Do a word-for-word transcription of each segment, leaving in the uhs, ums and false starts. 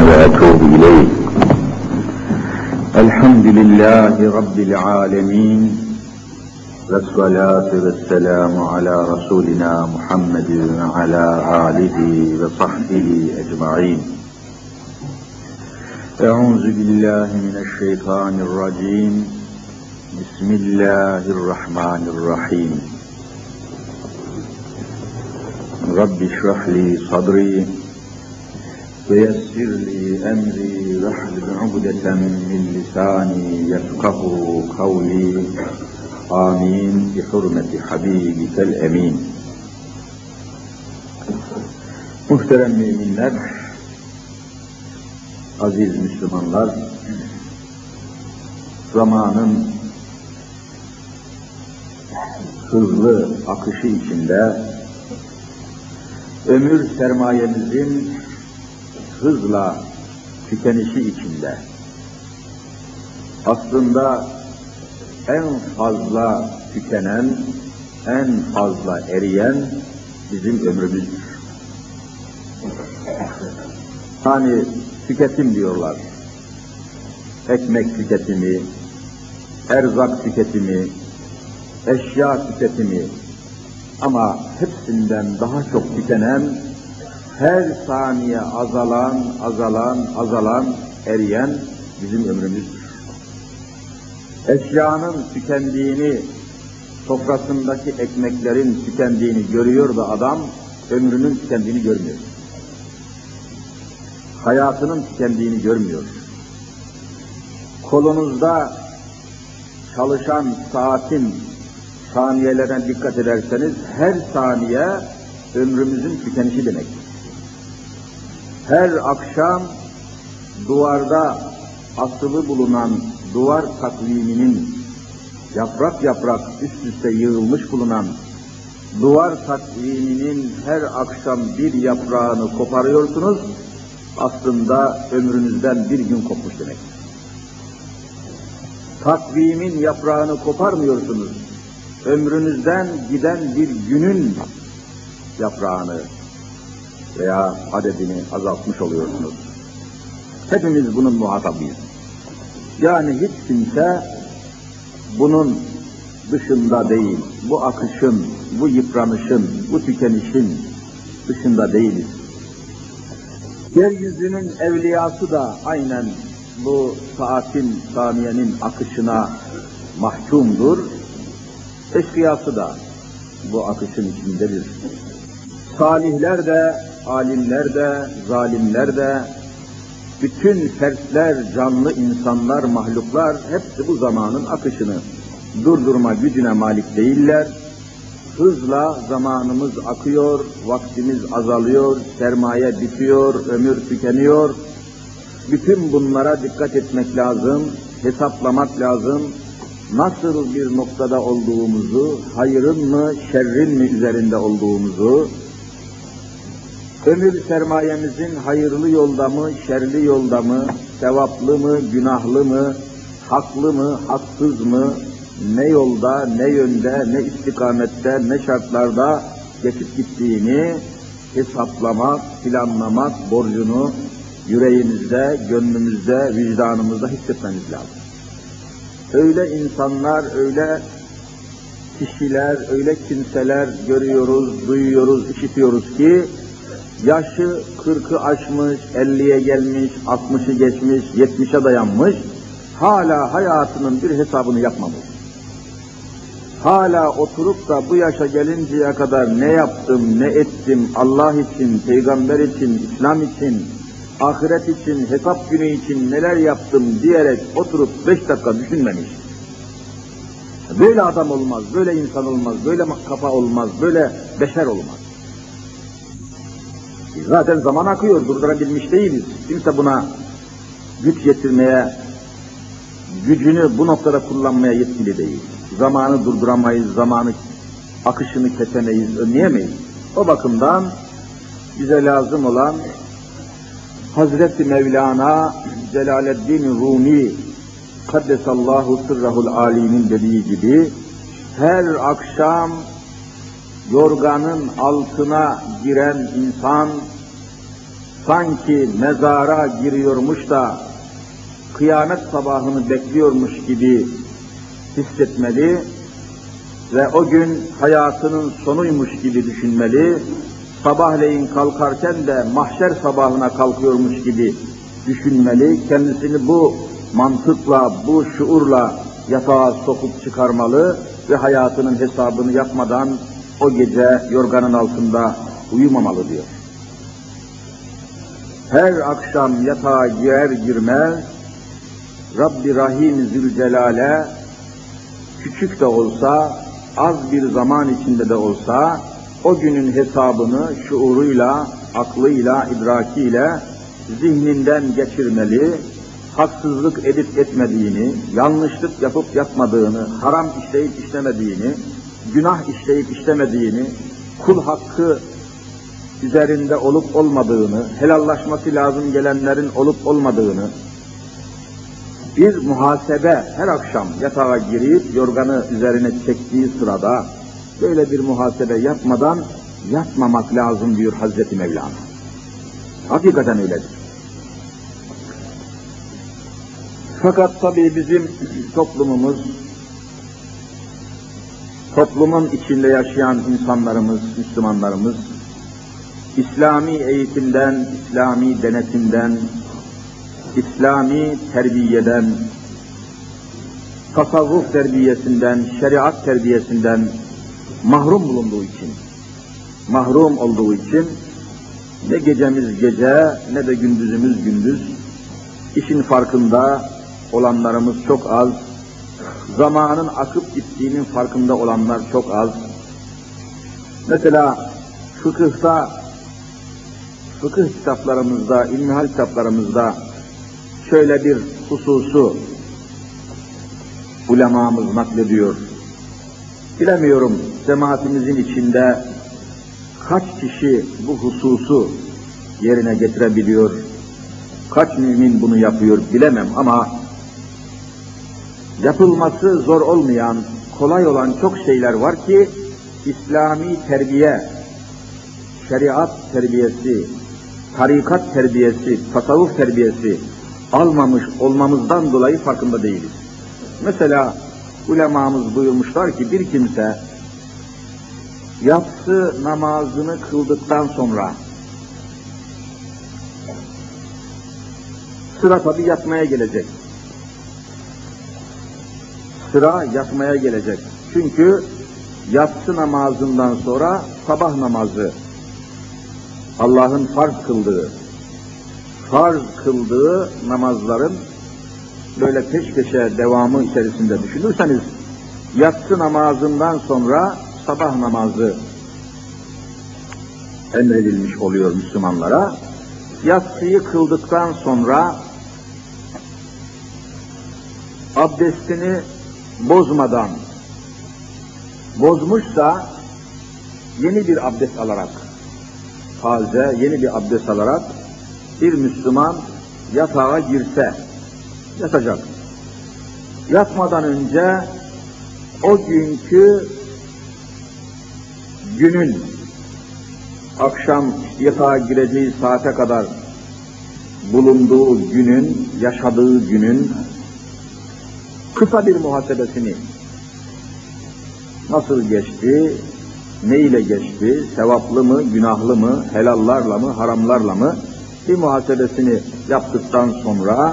وأتوب إليه. الحمد لله رب العالمين، والصلاة والسلام على رسولنا محمد وعلى آله وصحبه أجمعين. أعوذ بالله من الشيطان الرجيم. بسم الله الرحمن الرحيم. رب اشرح لي صدري ويسر لي أمري واحلل عقدة من لساني يفقهوا قولي. آمين بحرمة حبيبك الأمين. Muhterem müminler, aziz Müslümanlar, zamanın hızlı akışı içinde, ömür sermayemizin hızla tükenişi içinde, aslında en fazla tükenen, en fazla eriyen bizim ömrümüzdür. Hani tüketim diyorlar, ekmek tüketimi, erzak tüketimi, eşya tüketimi, ama hepsinden daha çok tükenen, her saniye azalan, azalan, azalan, eriyen bizim ömrümüzdür. Eşyanın tükendiğini, sofrasındaki ekmeklerin tükendiğini görüyor da adam, ömrünün tükendiğini görmüyor. Hayatının tükendiğini görmüyor. Kolunuzda çalışan saatin saniyelerine dikkat ederseniz, her saniye ömrümüzün tükenişi demektir. Her akşam duvarda asılı bulunan duvar takviminin yaprak yaprak üst üste yığılmış bulunan duvar takviminin her akşam bir yaprağını koparıyorsunuz, aslında ömrünüzden bir gün kopmuş demektir. Takvimin yaprağını koparmıyorsunuz, ömrünüzden giden bir günün yaprağını veya adedini azaltmış oluyorsunuz. Hepimiz bunun muhatabıyız. Yani hiç kimse bunun dışında değil, bu akışın, bu yıpranışın, bu tükenişin dışında değiliz. Yeryüzünün evliyası da aynen bu saatin, saniyenin akışına mahkumdur. Eşkıyası da bu akışın içindedir. Salihler de, alimler de, zalimler de, bütün fertler, canlı insanlar, mahluklar hepsi bu zamanın akışını durdurma gücüne malik değiller. Hızla zamanımız akıyor, vaktimiz azalıyor, sermaye bitiyor, ömür tükeniyor. Bütün bunlara dikkat etmek lazım, hesaplamak lazım. Nasıl bir noktada olduğumuzu, hayırın mı, şerrin mi üzerinde olduğumuzu, ömür sermayemizin hayırlı yolda mı, şerli yolda mı, sevaplı mı, günahlı mı, haklı mı, haksız mı, ne yolda, ne yönde, ne istikamette, ne şartlarda geçip gittiğini hesaplamak, planlamak borcunu yüreğimizde, gönlümüzde, vicdanımızda hissetmemiz lazım. Öyle insanlar, öyle kişiler, öyle kimseler görüyoruz, duyuyoruz, işitiyoruz ki, yaşı kırkı aşmış, elliye gelmiş, altmışı geçmiş, yetmişe dayanmış, hala hayatının bir hesabını yapmamış. Hala oturup da bu yaşa gelinceye kadar ne yaptım, ne ettim, Allah için, peygamber için, İslam için, ahiret için, hesap günü için neler yaptım diyerek oturup beş dakika düşünmemiş. Böyle adam olmaz, böyle insan olmaz, böyle kafa olmaz, böyle beşer olmaz. Zaten zaman akıyor, durdurabilmiş değiliz. Kimse buna güç yetirmeye, gücünü bu noktada kullanmaya yetkili değil. Zamanı durduramayız, zamanı akışını kesemeyiz, önleyemeyiz. O bakımdan bize lazım olan Hazreti Mevlana Celaleddin Rumi Kaddesallahu sırrahul alimin dediği gibi, her akşam yorganın altına giren insan sanki mezara giriyormuş da kıyamet sabahını bekliyormuş gibi hissetmeli ve o gün hayatının sonuymuş gibi düşünmeli, sabahleyin kalkarken de mahşer sabahına kalkıyormuş gibi düşünmeli, kendisini bu mantıkla, bu şuurla yatağa sokup çıkarmalı ve hayatının hesabını yapmadan o gece yorganın altında uyumamalı diyor. Her akşam yatağa girer girmez, Rabbi Rahim Zülcelal'e küçük de olsa, az bir zaman içinde de olsa, o günün hesabını şuuruyla, aklıyla, idrakiyle zihninden geçirmeli, haksızlık edip etmediğini, yanlışlık yapıp yapmadığını, haram işleyip işlemediğini, günah işleyip işlemediğini, kul hakkı üzerinde olup olmadığını, helallaşması lazım gelenlerin olup olmadığını, bir muhasebe her akşam yatağa girip yorganı üzerine çektiği sırada böyle bir muhasebe yapmadan yatmamak lazım diyor Hazreti Mevlana. Hakikaten öyledir. Fakat tabii bizim toplumumuz, toplumun içinde yaşayan insanlarımız, Müslümanlarımız, İslami eğitimden, İslami denetimden, İslami terbiyeden, tasavvuf terbiyesinden, şeriat terbiyesinden mahrum bulunduğu için, mahrum olduğu için ne gecemiz gece ne de gündüzümüz gündüz, işin farkında olanlarımız çok az, zamanın akıp gittiğinin farkında olanlar çok az. Mesela fıkıhta, fıkıh kitaplarımızda, ilmihal kitaplarımızda şöyle bir hususu ulemamız naklediyor. Bilemiyorum cemaatimizin içinde kaç kişi bu hususu yerine getirebiliyor, kaç mümin bunu yapıyor bilemem ama yapılması zor olmayan, kolay olan çok şeyler var ki İslami terbiye, şeriat terbiyesi, tarikat terbiyesi, tasavvuf terbiyesi almamış olmamızdan dolayı farkında değiliz. Mesela ulemamız buyurmuşlar ki bir kimse yatsı namazını kıldıktan sonra sıra tabi yatmaya gelecek. Sıra yatmaya gelecek. Çünkü yatsı namazından sonra sabah namazı, Allah'ın farz kıldığı, farz kıldığı namazların böyle peş peşe devamı içerisinde düşünürseniz, yatsı namazından sonra sabah namazı emredilmiş oluyor Müslümanlara. Yatsıyı kıldıktan sonra abdestini bozmadan, bozmuşsa yeni bir abdest alarak, taze yeni bir abdest alarak bir Müslüman yatağa girse, yatacak. Yatmadan önce o günkü günün, akşam yatağa gireceği saate kadar bulunduğu günün, yaşadığı günün kısa bir muhasebesini, nasıl geçti, ne ile geçti, sevaplı mı, günahlı mı, helallarla mı, haramlarla mı, bir muhasebesini yaptıktan sonra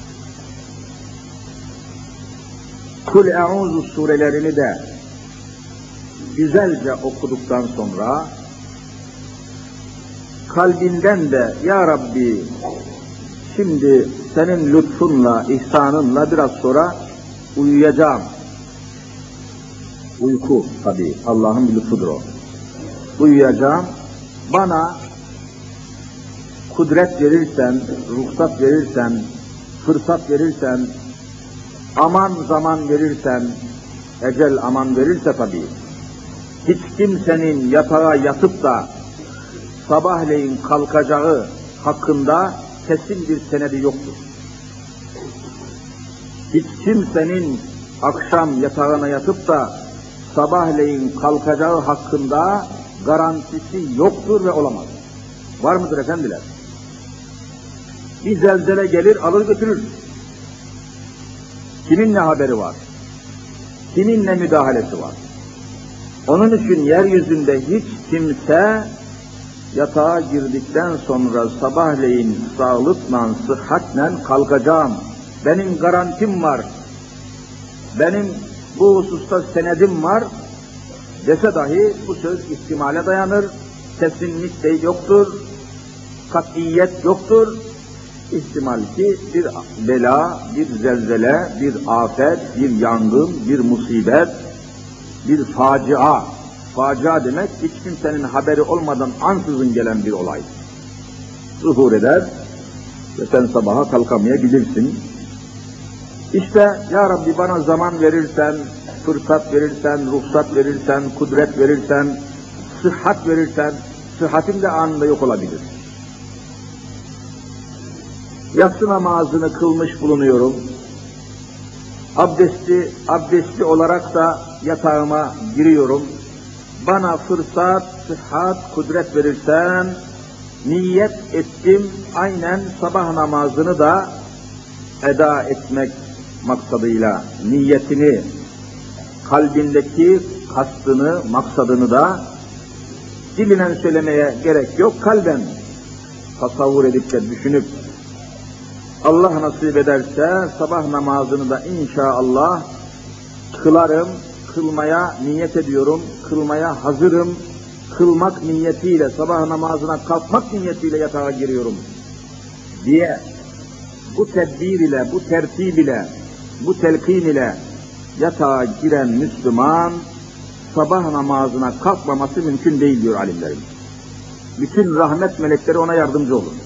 Kul Eûzu surelerini de güzelce okuduktan sonra kalbinden de Ya Rabbi şimdi senin lütfunla, ihsanınla biraz sonra uyuyacağım. Uyku tabii Allah'ın bir lütfudur o. Uyuyacağım. Bana kudret verirsen, ruhsat verirsen, fırsat verirsen, aman zaman verirsen, ecel aman verirse tabii, hiç kimsenin yatağa yatıp da sabahleyin kalkacağı hakkında kesin bir senedi yoktur. Hiç kimsenin akşam yatağına yatıp da sabahleyin kalkacağı hakkında garantisi yoktur ve olamaz. Var mıdır efendiler? Bir zelzele gelir, alır götürür. Kimin ne haberi var? Kimin ne müdahalesi var? Onun için yeryüzünde hiç kimse yatağa girdikten sonra sabahleyin sağlıkla, sıhhatle kalkacağım, benim garantim var, benim bu hususta senedim var dese dahi bu söz ihtimale dayanır, kesinlik de yoktur, kat'iyet yoktur. İhtimal ki bir bela, bir zelzele, bir afet, bir yangın, bir musibet, bir facia. Facia demek hiç kimsenin haberi olmadan ansızın gelen bir olay. Zuhur eder ve sen sabaha kalkamayabilirsin. İşte ya Rabbi bana zaman verirsen, fırsat verirsen, ruhsat verirsen, kudret verirsen, sıhhat verirsen, sıhhatim de anında yok olabilir. Yatsı namazını kılmış bulunuyorum. Abdestli, abdestli olarak da yatağıma giriyorum. Bana fırsat, sıhhat, kudret verirsen, niyet ettim, aynen sabah namazını da eda etmek maksadıyla niyetini, kalbindeki kastını, maksadını da dilinden söylemeye gerek yok, kalben tasavvur edip de düşünüp Allah nasip ederse sabah namazını da inşallah kılarım, kılmaya niyet ediyorum, kılmaya hazırım, kılmak niyetiyle, sabah namazına kalkmak niyetiyle yatağa giriyorum diye bu tedbir ile, bu tertib ile, bu telkin ile yatağa giren Müslüman sabah namazına kalkmaması mümkün değil diyor alimlerim. Bütün rahmet melekleri ona yardımcı olur.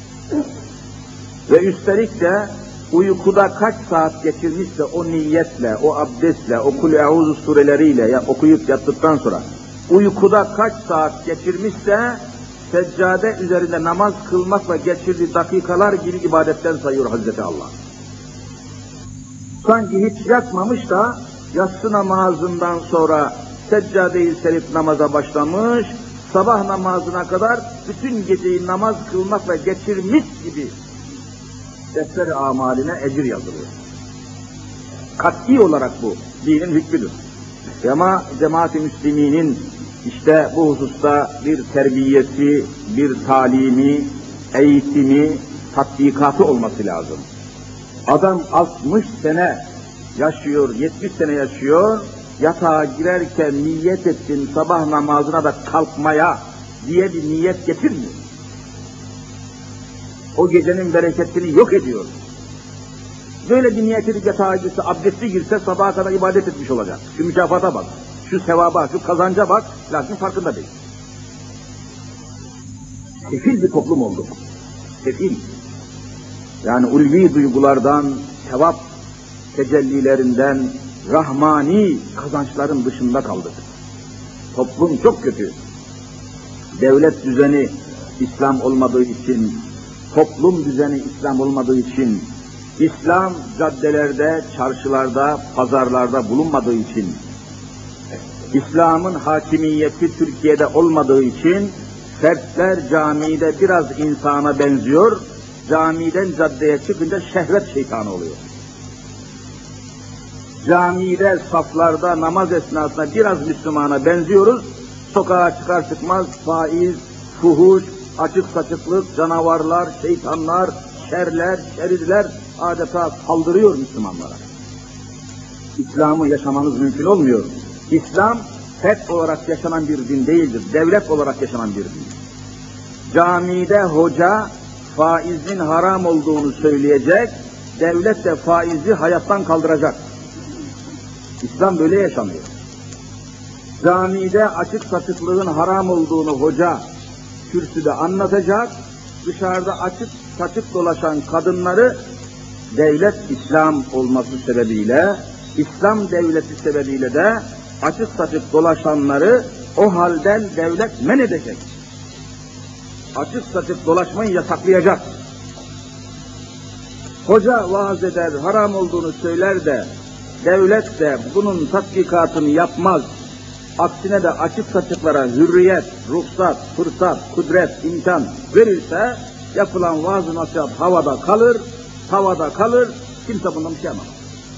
Ve üstelik de uykuda kaç saat geçirmişse o niyetle, o abdestle, o Kul Eûzu sureleriyle ya okuyup yattıktan sonra uykuda kaç saat geçirmişse seccade üzerinde namaz kılmakla geçirdiği dakikalar gibi ibadetten sayıyor Hazreti Allah. Sanki hiç yatmamış da yatsı namazından sonra seccade-i serip namaza başlamış, sabah namazına kadar bütün geceyi namaz kılmakla geçirmiş gibi defter-i amaline ecir yazılıyor. Kat'i olarak bu dinin hükmüdür. Ama cemaat-i müsliminin işte bu hususta bir terbiyesi, bir talimi, eğitimi, tatbikatı olması lazım. Adam altmış sene yaşıyor, yetmiş sene yaşıyor, yatağa girerken niyet ettin sabah namazına da kalkmaya diye bir niyet getirmiyor. O gecenin bereketini yok ediyor. Böyle bir niyet edip yatağa girse, abdestli girse sabaha kadar ibadet etmiş olacak. Şu mükafata bak, şu sevaba, şu kazanca bak, lakin farkında değil. Sefil bir toplum olduk. Sefil. Yani ulvi duygulardan, sevap tecellilerinden, rahmani kazançların dışında kaldık. Toplum çok kötü. Devlet düzeni İslam olmadığı için, toplum düzeni İslam olmadığı için, İslam caddelerde, çarşılarda, pazarlarda bulunmadığı için, İslam'ın hakimiyeti Türkiye'de olmadığı için, fertler camide biraz insana benziyor, camiden caddeye çıkınca şehvet şeytanı oluyor. Camide, saflarda, namaz esnasında biraz Müslümana benziyoruz, sokağa çıkar çıkmaz faiz, fuhuş, açık saçıklık, canavarlar, şeytanlar, şerler, şerirler adeta saldırıyor Müslümanlara. İslam'ı yaşamanız mümkün olmuyor. İslam, feth olarak yaşanan bir din değildir, devlet olarak yaşanan bir din. Camide hoca, faizin haram olduğunu söyleyecek, devlet de faizi hayattan kaldıracak. İslam böyle yaşanıyor. Camide açık saçıklığın haram olduğunu hoca kürsüde anlatacak, dışarıda açık saçık dolaşan kadınları devlet İslam olması sebebiyle, İslam devleti sebebiyle de açık saçık dolaşanları o halden devlet men edecek. Açık saçık dolaşmayı yasaklayacak. Hoca vaaz eder, haram olduğunu söyler de, devlet de bunun tatbikatını yapmaz. Aksine de açık saçıklara hürriyet, ruhsat, fırsat, kudret, imkan verirse, yapılan vaaz-ı nasihat havada kalır, havada kalır, kimse bundan bir şey yapamaz.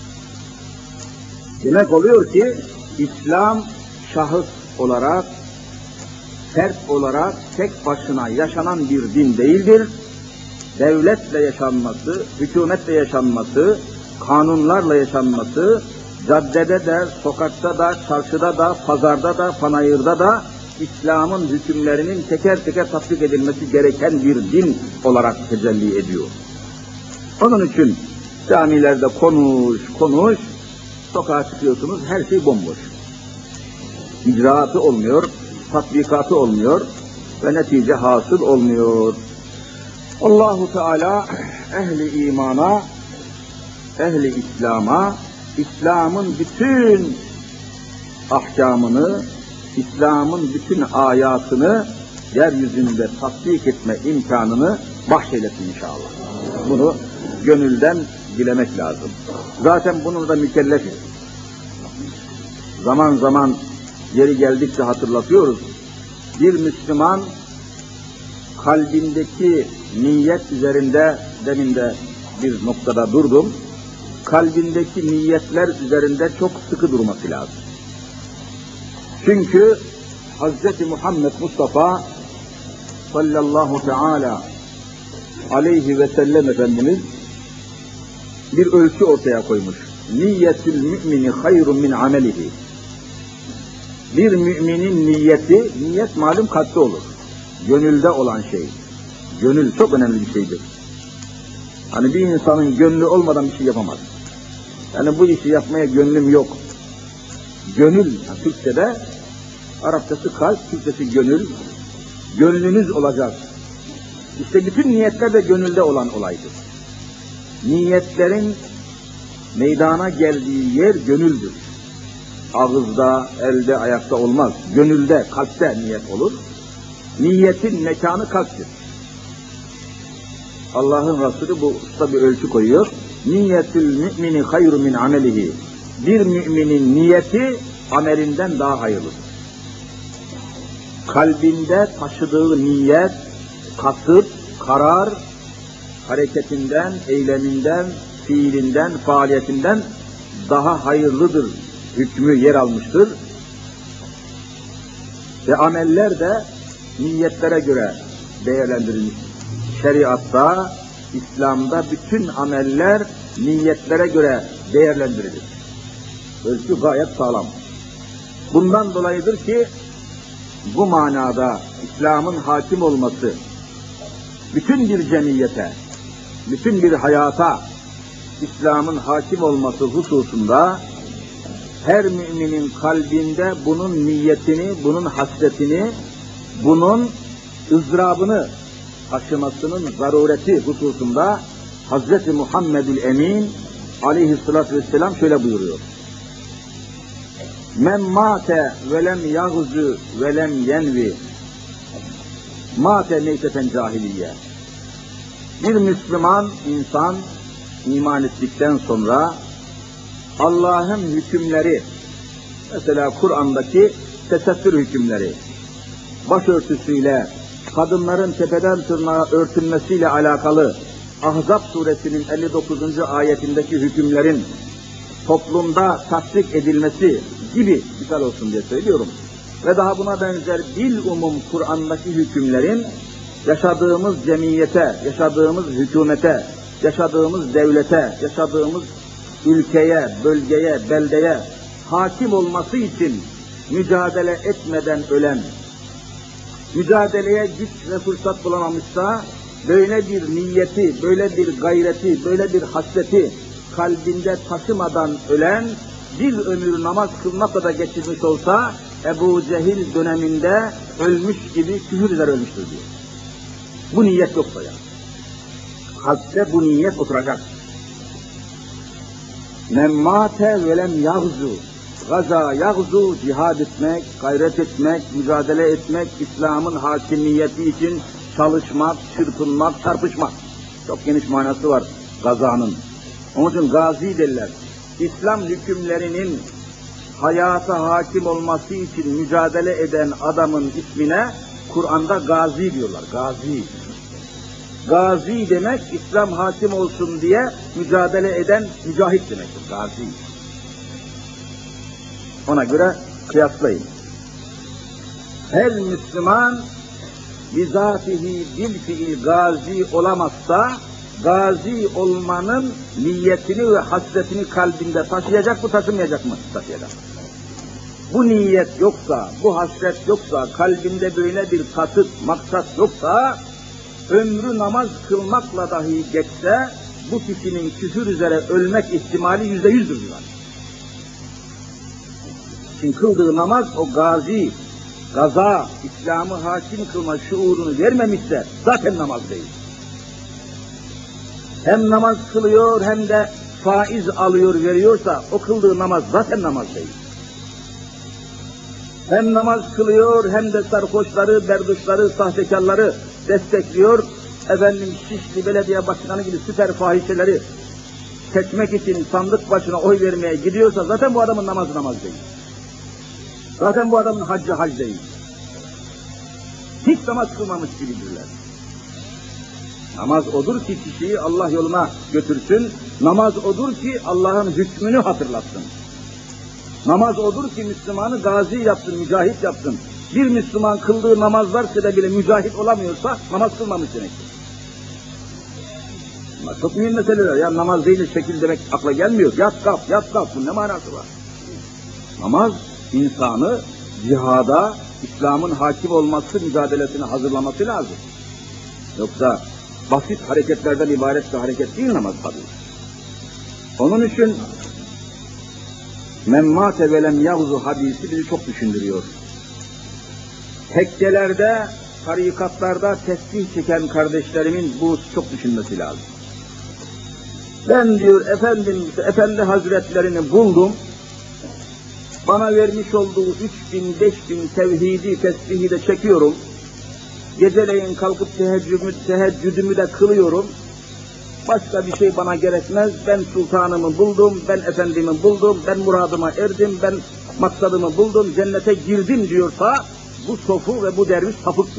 Demek oluyor ki, İslam şahıs olarak, fert olarak tek başına yaşanan bir din değildir. Devletle yaşanması, hükümetle yaşanması, kanunlarla yaşanması, caddede de, sokakta da, çarşıda da, pazarda da, panayırda da İslam'ın hükümlerinin teker teker tatbik edilmesi gereken bir din olarak tecelli ediyor. Onun için camilerde konuş, konuş, sokağa çıkıyorsunuz, her şey bomboş. İcraatı olmuyor, tatbikatı olmuyor ve netice hasıl olmuyor. Allahu Teala ehli imana, ehli İslam'a, İslam'ın bütün ahkamını, İslam'ın bütün ayatını yeryüzünde tatbik etme imkanını bahşeylesin inşallah. Bunu gönülden dilemek lazım. Zaten bunu da mükellefiz. Zaman zaman yeri geldikçe hatırlatıyoruz. Bir Müslüman kalbindeki niyet üzerinde, demin de bir noktada durdum, kalbindeki niyetler üzerinde çok sıkı durması lazım. Çünkü Hazreti Muhammed Mustafa sallallahu teala aleyhi ve sellem Efendimiz bir ölçü ortaya koymuş. Niyetül mümini hayrun min amelihi. Bir müminin niyeti, niyet malum kalpte olur. Gönülde olan şey. Gönül çok önemli bir şeydir. Hani bir insanın gönlü olmadan bir şey yapamaz. Yani bu işi yapmaya gönlüm yok. Gönül, yani Türkçe'de, Arapçası kalp, Türkçesi gönül. Gönlünüz olacak. İşte bütün niyetler de gönülde olan olaydır. Niyetlerin meydana geldiği yer gönüldür. Ağızda, elde, ayakta olmaz. Gönülde, kalpte niyet olur. Niyetin mekanı kalptir. Allah'ın Resulü bu usta bir ölçü koyuyor. Niyetül mümini hayrun min amelihi. Bir müminin niyeti amelinden daha hayırlıdır. Kalbinde taşıdığı niyet, kasıt, karar, hareketinden, eyleminden, fiilinden, faaliyetinden daha hayırlıdır hükmü yer almıştır. Ve ameller de niyetlere göre değerlendirilmiştir. Şeriatta, İslam'da bütün ameller niyetlere göre değerlendirilir. Ölçü gayet sağlam. Bundan dolayıdır ki bu manada İslam'ın hakim olması bütün bir cemiyete, bütün bir hayata İslam'ın hakim olması hususunda her müminin kalbinde bunun niyetini, bunun hasretini, bunun ızdırabını taşımasının zarureti hususunda Hazreti Muhammedül Emin aleyhissalatü vesselam şöyle buyuruyor. Men mâte velem yağzu velem yenvi mâte meyteten cahiliye. Bir Müslüman insan iman ettikten sonra Allah'ın hükümleri, mesela Kur'an'daki tesettür hükümleri, başörtüsüyle, kadınların tepeden tırnağa örtülmesiyle alakalı Ahzab suresinin elli dokuzuncu ayetindeki hükümlerin toplumda tatbik edilmesi gibi misal olsun diye söylüyorum. Ve daha buna benzer bil umum Kur'an'daki hükümlerin yaşadığımız cemiyete, yaşadığımız hükümete, yaşadığımız devlete, yaşadığımız ülkeye, bölgeye, beldeye hakim olması için mücadele etmeden ölen, mücadeleye güç ve fırsat bulamamışsa, böyle bir niyeti, böyle bir gayreti, böyle bir hasreti kalbinde taşımadan ölen, bir ömür namaz kılmakla da geçirmiş olsa, Ebu Cehil döneminde ölmüş gibi küfür eder ölmüştür diyor. Bu niyet yoksa ya. Kalpte bu niyet oturacak. Men mâte velem yağzu. Gaza yağzu, cihad etmek, gayret etmek, mücadele etmek, İslam'ın hakimiyeti için çalışmak, çırpınmak, çarpışmak. Çok geniş manası var gazanın. Onun için gazi derler. İslam hükümlerinin hayata hakim olması için mücadele eden adamın ismine Kur'an'da gazi diyorlar. Gazi. Gazi demek, İslam hakim olsun diye mücadele eden mücahit demektir, gazi. Ona göre kıyaslayın. Her Müslüman bizatihi bil fiil gazi olamazsa, gazi olmanın niyetini ve hasretini kalbinde taşıyacak mı, taşımayacak mı? Taşıyacak. Bu niyet yoksa, bu hasret yoksa, kalbinde böyle bir kasıt, maksat yoksa, ömrü namaz kılmakla dahi geçse, bu kişinin küfür üzere ölmek ihtimali yüzde yüzdür diyor. Çünkü kıldığı namaz o gazi, gaza, İslam'ı hakim kılma şuurunu vermemişse zaten namaz değil. Hem namaz kılıyor hem de faiz alıyor veriyorsa o kıldığı namaz zaten namaz değil. Hem namaz kılıyor hem de sarhoşları, berduşları, sahtekarları destekliyor. Efendim Şişli Belediye Başkanı gibi süper fahişeleri seçmek için sandık başına oy vermeye gidiyorsa zaten bu adamın namazı namaz değil. Zaten bu adamın haccı hac değil. Hiç namaz kılmamış gibidirler. Namaz odur ki kişiyi Allah yoluna götürsün. Namaz odur ki Allah'ın hükmünü hatırlatsın. Namaz odur ki Müslümanı gazi yapsın, mücahit yapsın. Bir Müslüman kıldığı namazlar sebebiyle mücahit olamıyorsa namaz kılmamış demektir. Bunlar çok mühim meseleler. Ya namaz değil şekil demek akla gelmiyor. Yat kalk, yat kalk. Bunun ne manası var? Namaz insanı cihada, İslam'ın hakim olması mücadelesine hazırlaması lazım. Yoksa basit hareketlerden ibaret bir hareket değil namaz tabii. Onun için men mâte ve lem yagzu hadisi bizi çok düşündürüyor. Tekkelerde, tarikatlarda tesbih çeken kardeşlerimin bu çok düşünmesi lazım. Ben diyor efendim, efendi hazretlerini buldum, bana vermiş olduğu üç bin, beş bin tevhidi, tesbihi de çekiyorum, geceleyin kalkıp teheccüdümü, teheccüdümü de kılıyorum, başka bir şey bana gerekmez, ben sultanımı buldum, ben efendimi buldum, ben muradıma erdim, ben maksadımı buldum, cennete girdim diyorsa, bu sofu ve bu derviş sapıktır.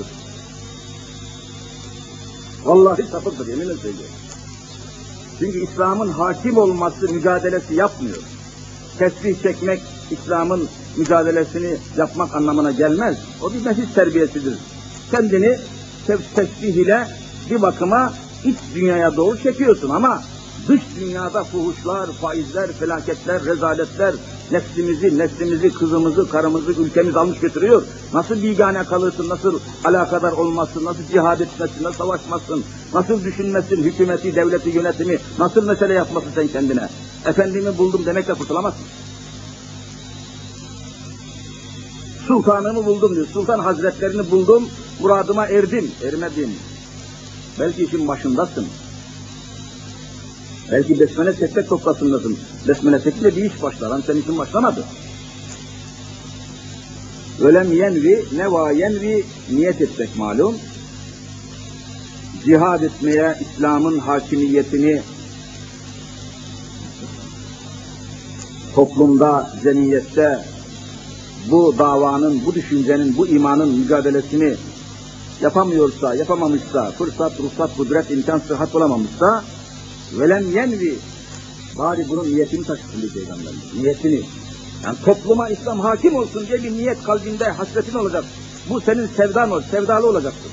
Vallahi sapıktır, yeminle söylüyorum. Çünkü İslam'ın hakim olması mücadelesi yapmıyor. Tesbih çekmek, İslam'ın mücadelesini yapmak anlamına gelmez. O bir nefis terbiyesidir. Kendini tesbih ile bir bakıma iç dünyaya doğru çekiyorsun ama dış dünyada fuhuşlar, faizler, felaketler, rezaletler nefsimizi, neslimizi, kızımızı, karımızı, ülkemizi almış götürüyor. Nasıl bigane kalırsın, nasıl alakadar olmasın, nasıl cihad etmesin, nasıl savaşmasın, nasıl düşünmesin, hükümeti, devleti, yönetimi, nasıl mesele yapmasın sen kendine. Efendimi buldum demekle kurtulamazsın. Sultanımı buldum diyor, sultan hazretlerini buldum, muradıma erdim, ermedim. Belki işin başındasın. Belki besmele çekmek noktasındasın. Besmele çekile bir iş başlar, ama senin için başlamadı. Ölem yenvi, neva yenvi, niyet etmek malum. Cihad etmeye, İslam'ın hakimiyetini toplumda, cemiyette bu davanın, bu düşüncenin, bu imanın mücadelesini yapamıyorsa, yapamamışsa, fırsat, ruhsat, kudret, imkan, sıhhat bulamamışsa velem yenvi, bari bunun niyetini taşısın diye Peygamberimiz, niyetini. Yani topluma İslam hakim olsun diye bir niyet kalbinde, hasretin olacak. Bu senin sevdan ol, sevdalı olacaksın.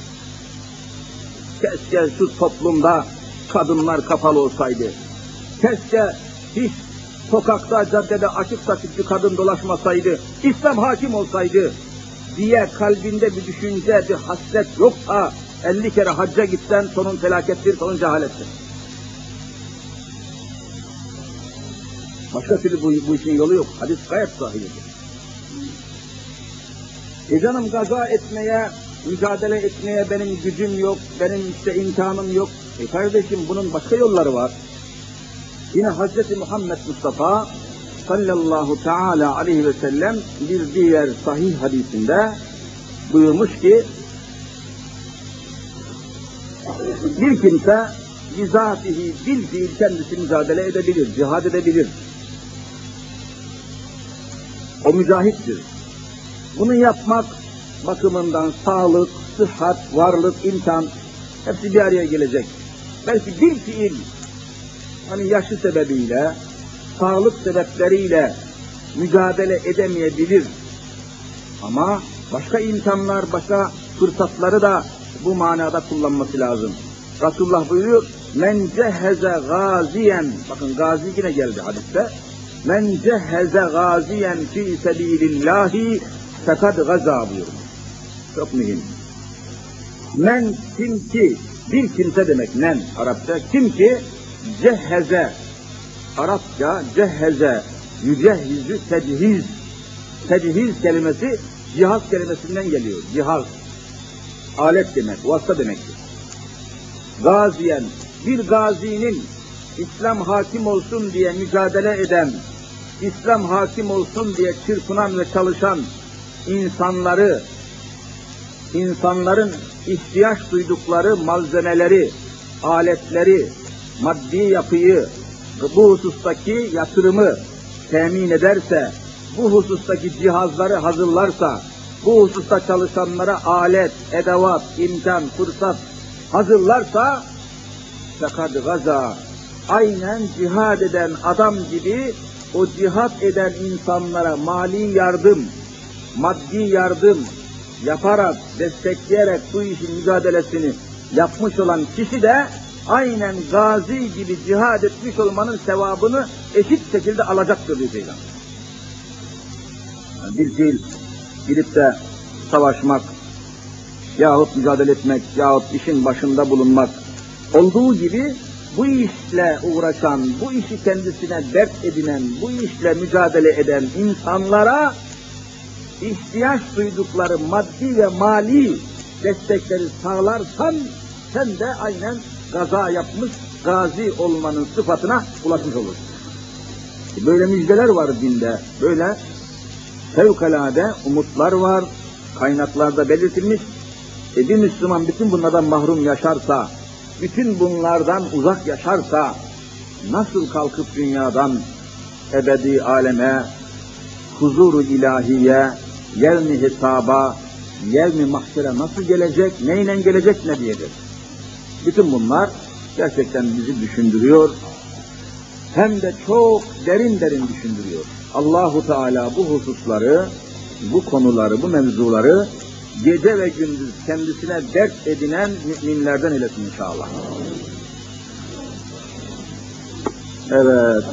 Keşke şu toplumda kadınlar kapalı olsaydı. Keşke hiç sokakta, caddede açık saçık bir kadın dolaşmasaydı. İslam hakim olsaydı diye kalbinde bir düşünce, bir hasret yoksa elli kere hacca gitsen sonun felakettir, sonun cehalettir. Başka türlü bu, bu işin yolu yok. Hadis gayet sahibidir. E canım gaza etmeye, mücadele etmeye benim gücüm yok, benim işte imkanım yok. E kardeşim bunun başka yolları var. Yine Hazreti Muhammed Mustafa sallallahu teala aleyhi ve sellem bir diğer sahih hadisinde buyurmuş ki bir kimse bizatihi bil fiil kendisi mücadele edebilir, cihad edebilir. O mücahittir. Bunu yapmak bakımından sağlık, sıhhat, varlık, imkan Hepsi bir araya gelecek. Belki bir fiil, hani yaşı sebebiyle, sağlık sebepleriyle mücadele edemeyebilir. Ama başka imkanlar, başka fırsatları da bu manada kullanması lazım. Resulullah buyuruyor, men ceheze gaziyen, bakın gazi yine geldi hadiste, men ceheze gaziyen fi sebilillahi fekad gaza buyuruyor. Çok mühim. Men kim ki, bir kimse demek, men Arapça, kim ki ceheze, Arapça ceheze, yücehhizü tecihiz, tecihiz kelimesi cihaz kelimesinden geliyor, cihaz, alet demek, vasıta demektir. Gaziyen, bir gazinin İslam hakim olsun diye mücadele eden, İslam hakim olsun diye çırpınan ve çalışan insanları, insanların ihtiyaç duydukları malzemeleri, aletleri, maddi yapıyı, bu husustaki yatırımı temin ederse, bu husustaki cihazları hazırlarsa, bu hususta çalışanlara alet, edevat, imkan, fırsat hazırlarsa, fekad gaza, aynen cihad eden adam gibi o cihad eden insanlara mali yardım, maddi yardım yaparak, destekleyerek bu işin mücadelesini yapmış olan kişi de aynen gazi gibi cihad etmiş olmanın sevabını eşit şekilde alacaktır diyor Peygamber. Yani bir fiil gidip de savaşmak yahut mücadele etmek yahut işin başında bulunmak olduğu gibi bu işle uğraşan, bu işi kendisine dert edinen, bu işle mücadele eden insanlara ihtiyaç duydukları maddi ve mali destekleri sağlarsan sen de aynen gaza yapmış, gazi olmanın sıfatına ulaşmış olursun. Böyle müjdeler var dinde, böyle fevkalade umutlar var, kaynaklarda belirtilmiş. E bir Müslüman bütün bunlardan mahrum yaşarsa, bütün bunlardan uzak yaşarsa, nasıl kalkıp dünyadan ebedi aleme, huzuru ilahiye, yevmi hesaba, yevmi mahşere nasıl gelecek, neyle gelecek, ne diyecek? Bütün bunlar gerçekten bizi düşündürüyor, hem de çok derin derin düşündürüyor. Allahu Teala bu hususları, bu konuları, bu mevzuları gece ve gündüz kendisine dert edinen müminlerden eylesin inşallah. Evet.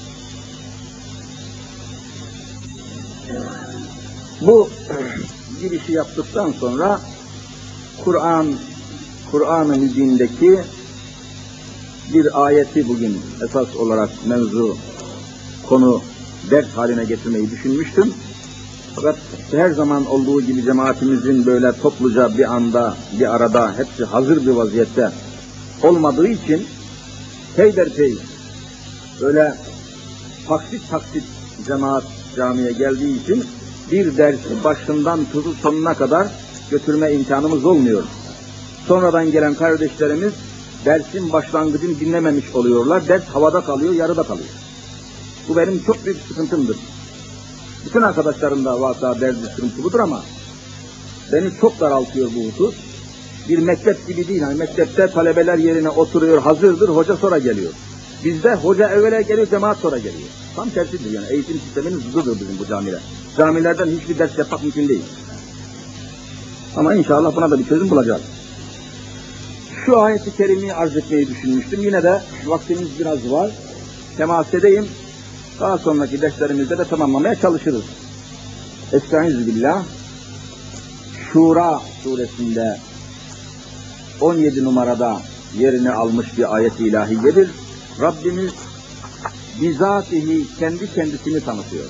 Bu girişi yaptıktan sonra Kur'an, Kur'an-ı Mübin'deki bir ayeti bugün esas olarak mevzu, konu, ders haline getirmeyi düşünmüştüm. Fakat her zaman olduğu gibi cemaatimizin böyle topluca bir anda, bir arada, hepsi hazır bir vaziyette olmadığı için peyderpey böyle taksit taksit cemaat camiye geldiği için bir dersi başından tutu sonuna kadar götürme imkanımız olmuyor. Sonradan gelen kardeşlerimiz dersin başlangıcını dinlememiş oluyorlar. Ders havada kalıyor, yarıda kalıyor. Bu benim çok büyük sıkıntımdır. Bütün arkadaşlarım da varsa derdi sıkıntı budur ama beni çok daraltıyor bu husus. Bir mektep gibi değil. Yani mektepte talebeler yerine oturuyor, hazırdır, hoca sonra geliyor. Bizde hoca evvela geliyor, cemaat sonra geliyor. Tam tersidir yani. Eğitim sisteminin zıddıdır bizim bu camiler. Camilerden hiçbir ders yapmak mümkün değil. Ama inşallah buna da bir çözüm bulacağız. Şu ayeti kerimeyi arz etmeyi düşünmüştüm. Yine de vaktimiz biraz var. Temas edeyim. Daha sonraki derslerimizde de tamamlamaya çalışırız. Estaizu billah. Şura suresinde on yedi numarada yerini almış bir ayet-i ilahiyedir. Rabbimiz bizatihi kendi kendisini tanıtıyor.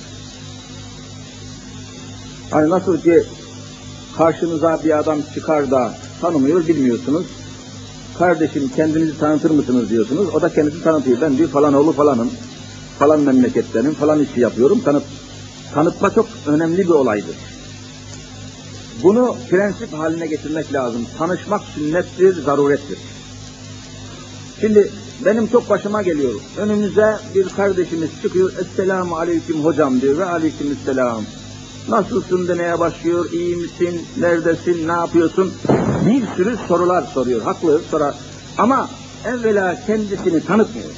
Hani nasıl ki karşınıza bir adam çıkar da tanımıyor, bilmiyorsunuz. Kardeşim kendinizi tanıtır mısınız diyorsunuz. O da kendisini tanıtıyor. Ben diyor falan oğlu falanım. Falan memleketlerin falan işi yapıyorum. Tanıt, tanıtma çok önemli bir olaydır. Bunu prensip haline getirmek lazım. Tanışmak sünnettir, zarurettir. Şimdi benim çok başıma geliyor. Önümüze bir kardeşimiz çıkıyor. Esselamu aleyküm hocam diyor ve aleykümselam. Nasılsın demeye başlıyor, iyi misin, neredesin, ne yapıyorsun? Bir sürü sorular soruyor, haklı sorar. Ama evvela kendisini tanıtmıyor.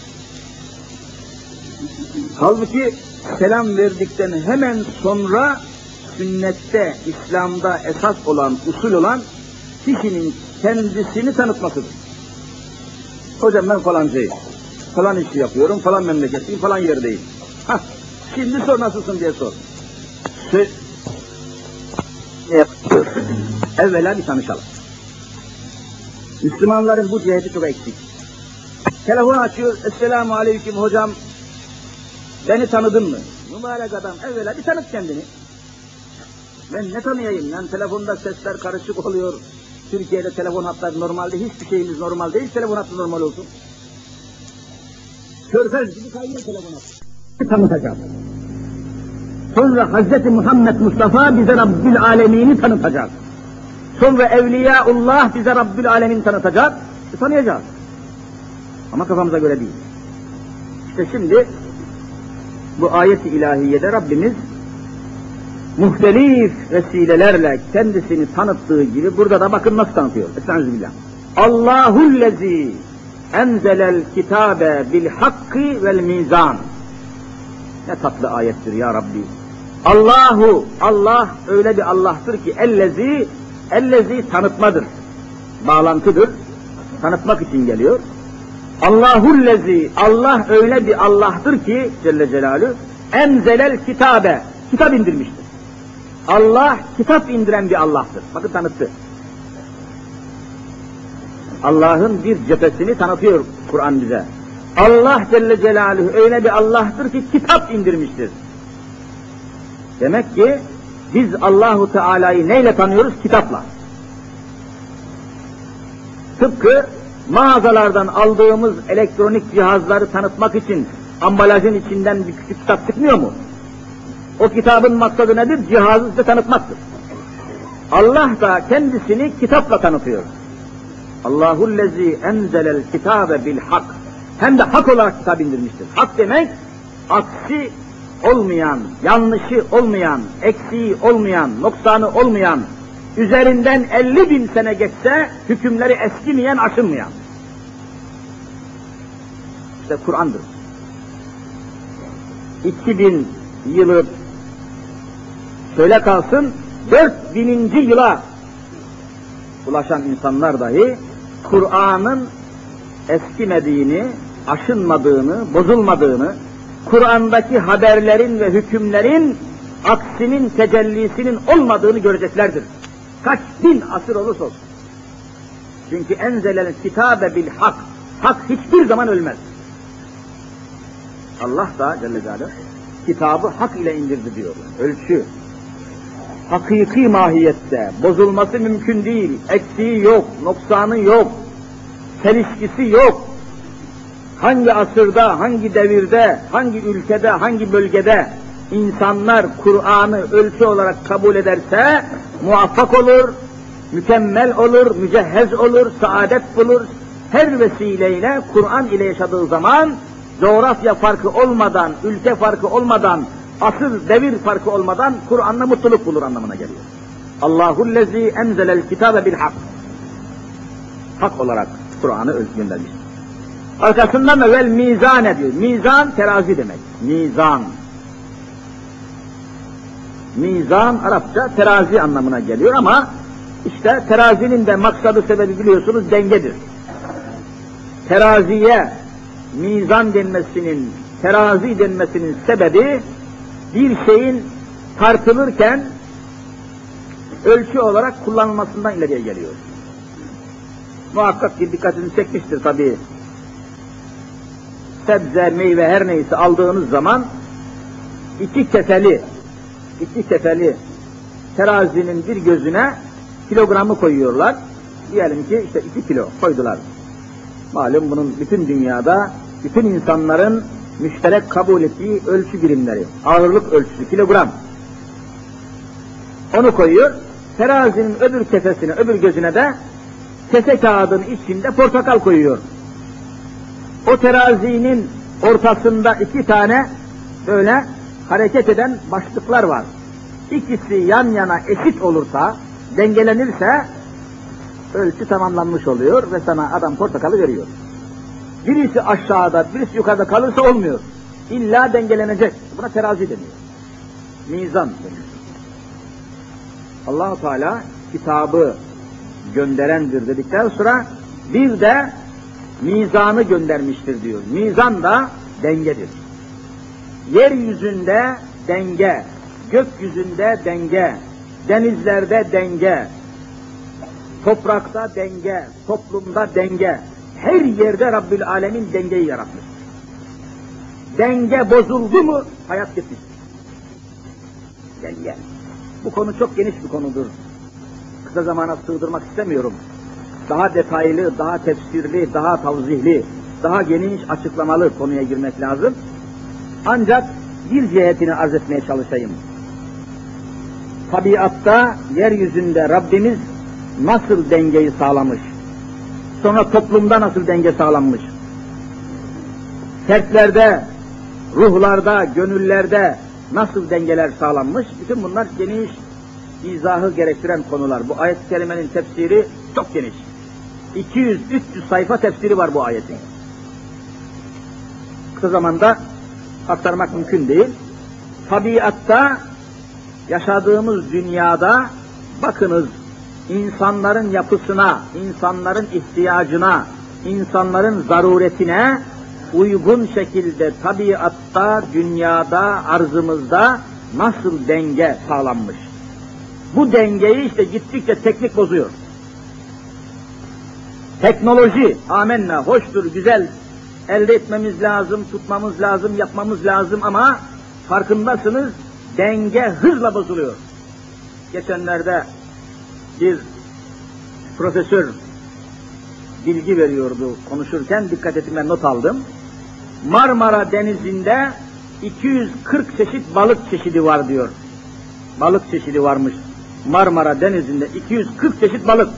Halbuki selam verdikten hemen sonra sünnette, İslam'da esas olan, usul olan kişinin kendisini tanıtmasıdır. Hocam ben falancayım, falan işi yapıyorum, falan memleketliyim, falan yerdeyim. Hah, şimdi sor nasılsın diye sor. Söz... Ne yapıyorsun? Evvela bir tanışalım. Müslümanların bu ciheti çok eksik. Telefon açıyor, Esselamu Aleyküm hocam, beni tanıdın mı? Mübarek adam, evvela bir tanıt kendini. Ben ne tanıyayım? Yani telefonda sesler karışık oluyor. Türkiye'de telefon hatları normalde hiçbir şeyimiz normal değil, telefon hattı normal olsun. Körfez gibi kayıyor telefon hattı. Tanıtacağız. Sonra Hazreti Muhammed Mustafa bize Rabbül Alemin'i tanıtacak. Sonra Evliyaullah bize Rabbül Alemin tanıtacak. E, tanıyacağız. Ama kafamıza göre değil. İşte şimdi bu ayet-i ilahiyede Rabbimiz muhtelif vesilelerle kendisini tanıttığı gibi burada da bakın nasıl tanıtıyor. Estağfirullah. Allahullezî enzelel kitâbe bil hakkı vel mizan. Ne tatlı ayettir ya Rabbi. Allahu, Allah öyle bir Allah'tır ki ellezî, ellezî tanıtmadır. Bağlantıdır. Tanıtmak için geliyor. Allahullezî, Allah öyle bir Allah'tır ki Celle Celaluhu enzelel kitâbe, kitap indirmiştir. Allah kitap indiren bir Allah'tır. Bakın tanıttı. Allah'ın bir cephesini tanıtıyor Kur'an bize. Allah Celle Celaluhu öyle bir Allah'tır ki kitap indirmiştir. Demek ki biz Allahu Teala'yı neyle tanıyoruz? Kitapla. Tıpkı mağazalardan aldığımız elektronik cihazları tanıtmak için ambalajın içinden bir küçük kitap çıkmıyor mu? O kitabın maksadı nedir? Cihazı size tanıtmaktır. Allah da kendisini kitapla tanıtıyor. Allahullezî enzelel kitâbe bil hak. Hem de hak olarak kitap indirmiştir. Hak demek, aksi olmayan, yanlışı olmayan, eksiği olmayan, noksanı olmayan, üzerinden elli bin sene geçse hükümleri eskimeyen, aşınmayan. İşte Kur'an'dır. iki bin yılı şöyle kalsın, dört bininci yıla ulaşan insanlar dahi Kur'an'ın eskimediğini, aşınmadığını, bozulmadığını, Kur'an'daki haberlerin ve hükümlerin aksinin, tecellisinin olmadığını göreceklerdir. Kaç bin asır olursa olsun. Çünkü enzelel kitabe bil hak. Hak hiçbir zaman ölmez. Allah da Celle Celaluhu kitabı hak ile indirdi diyor. Ölçü. Hakiki mahiyette bozulması mümkün değil. Eksiği yok, noksanı yok, çelişkisi yok. Hangi asırda, hangi devirde, hangi ülkede, hangi bölgede insanlar Kur'an'ı ölçü olarak kabul ederse muvaffak olur, mükemmel olur, mücehhez olur, saadet bulur. Her vesileyle Kur'an ile yaşadığı zaman coğrafya farkı olmadan, ülke farkı olmadan, asır devir farkı olmadan Kur'an'la mutluluk bulur anlamına geliyor. Allahullezî enzelel kitâbe bil hak. Hak olarak Kur'an'ı göndermiş. Arkasından da vel mizan ediyor. Mizan terazi demek. Mizan. Mizan Arapça terazi anlamına geliyor ama işte terazinin de maksadı sebebi biliyorsunuz dengedir. Teraziye mizan denmesinin, terazi denmesinin sebebi bir şeyin tartılırken ölçü olarak kullanılmasından ileriye geliyor. Muhakkak bir dikkatinizi çekmiştir tabii. Sebze, meyve her neyse aldığınız zaman iki kefeli, iki kefeli terazinin bir gözüne kilogramı koyuyorlar. Diyelim ki işte iki kilo koydular. Malum bunun bütün dünyada, bütün insanların müşterek kabul ettiği ölçü birimleri. Ağırlık ölçüsü, kilogram. Onu koyuyor, terazinin öbür kefesine, öbür gözüne de kese kağıdın içinde portakal koyuyor. O terazinin ortasında iki tane böyle hareket eden başlıklar var. ikisi yan yana eşit olursa, dengelenirse ölçü tamamlanmış oluyor ve sana adam portakalı veriyor. Birisi aşağıda, birisi yukarıda kalırsa olmuyor. İlla dengelenecek. Buna terazi deniyor. Mizan deniyor. Allah-u Teala kitabı gönderendir dedikten sonra bir de mizanı göndermiştir diyor. Mizan da dengedir. Yeryüzünde denge, gökyüzünde denge, denizlerde denge, toprakta denge, toplumda denge, her yerde Rabbül Alemin dengeyi yaratmış. Denge bozuldu mu hayat bitmiş. Denge. Bu konu çok geniş bir konudur. Kısa zamana sığdırmak istemiyorum. Daha detaylı, daha tefsirli, daha tavzihli, daha geniş açıklamalı konuya girmek lazım. Ancak bir cihetini arz etmeye çalışayım. Tabiatta, yeryüzünde Rabbimiz nasıl dengeyi sağlamış? Sonra toplumda nasıl denge sağlanmış? Fertlerde, ruhlarda, gönüllerde nasıl dengeler sağlanmış? Bütün bunlar geniş, izahı gerektiren konular. Bu ayet-i kerimenin tefsiri çok geniş. iki yüz üç yüz sayfa tefsiri var bu ayetin. Kısa zamanda aktarmak mümkün değil. Tabiatta, yaşadığımız dünyada bakınız, insanların yapısına, insanların ihtiyacına, insanların zaruretine uygun şekilde tabiatta, dünyada, arzımızda nasıl denge sağlanmış? Bu dengeyi işte gittikçe teknik bozuyor. Teknoloji, amenna, hoştur, güzel, elde etmemiz lazım, tutmamız lazım, yapmamız lazım ama farkındasınız, denge hızla bozuluyor. Geçenlerde bir profesör bilgi veriyordu konuşurken, dikkat etme not aldım. Marmara Denizi'nde iki yüz kırk çeşit balık çeşidi var diyor. Balık çeşidi varmış. Marmara Denizi'nde iki yüz kırk çeşit balık.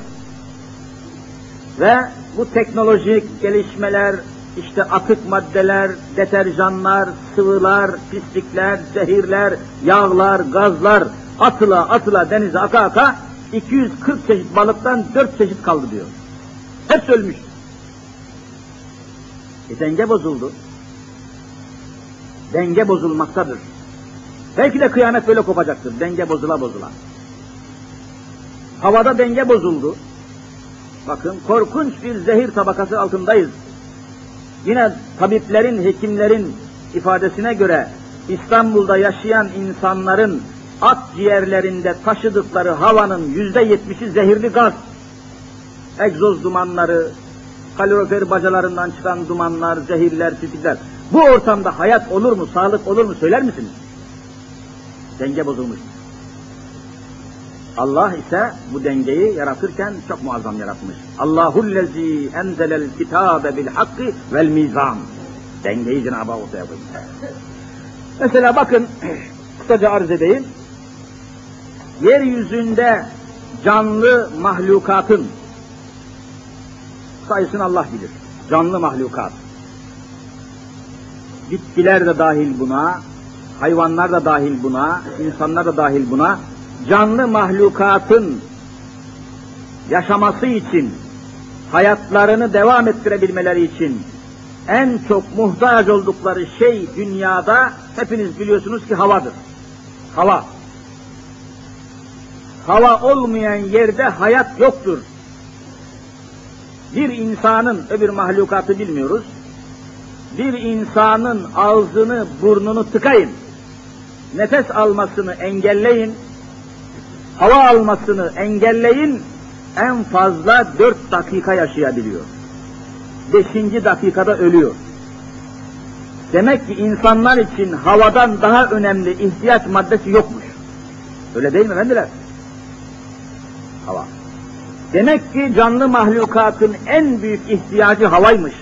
Ve bu teknolojik gelişmeler, işte atık maddeler, deterjanlar, sıvılar, pislikler, zehirler, yağlar, gazlar atıla atıla denize aka aka iki yüz kırk çeşit balıktan dört çeşit kaldı diyor. Hepsi ölmüş. E denge bozuldu. Denge bozulmaktadır. Belki de kıyamet böyle kopacaktır. Denge bozula bozula. Havada denge bozuldu. Bakın korkunç bir zehir tabakası altındayız. Yine tabiplerin, hekimlerin ifadesine göre İstanbul'da yaşayan insanların akciğerlerinde taşıdıkları havanın yüzde yetmişi zehirli gaz. Egzoz dumanları, kalorifer bacalarından çıkan dumanlar, zehirler, pislikler. Bu ortamda hayat olur mu, sağlık olur mu söyler misiniz? Denge bozulmuş. Allah ise bu dengeyi yaratırken çok muazzam yaratmış. Allahullezî enzelel kitâbe bil hakkı vel mizan. Dengeyi Cenab-ı Hak ortaya koymuş. Mesela bakın, kısaca arz edeyim. Yeryüzünde canlı mahlukatın sayısını Allah bilir. Canlı mahlukat. Bitkiler de dahil buna, hayvanlar da dahil buna, insanlar da dahil buna. Canlı mahlukatın yaşaması için, hayatlarını devam ettirebilmeleri için en çok muhtaç oldukları şey dünyada hepiniz biliyorsunuz ki havadır. Hava. Hava olmayan yerde hayat yoktur. Bir insanın, öbür mahlukatı bilmiyoruz, bir insanın ağzını, burnunu tıkayın, nefes almasını engelleyin, hava almasını engelleyin, en fazla dört dakika yaşayabiliyor. Beşinci dakikada ölüyor. Demek ki insanlar için havadan daha önemli ihtiyaç maddesi yokmuş. Öyle değil mi efendiler? Hava. Demek ki canlı mahlukatın en büyük ihtiyacı havaymış.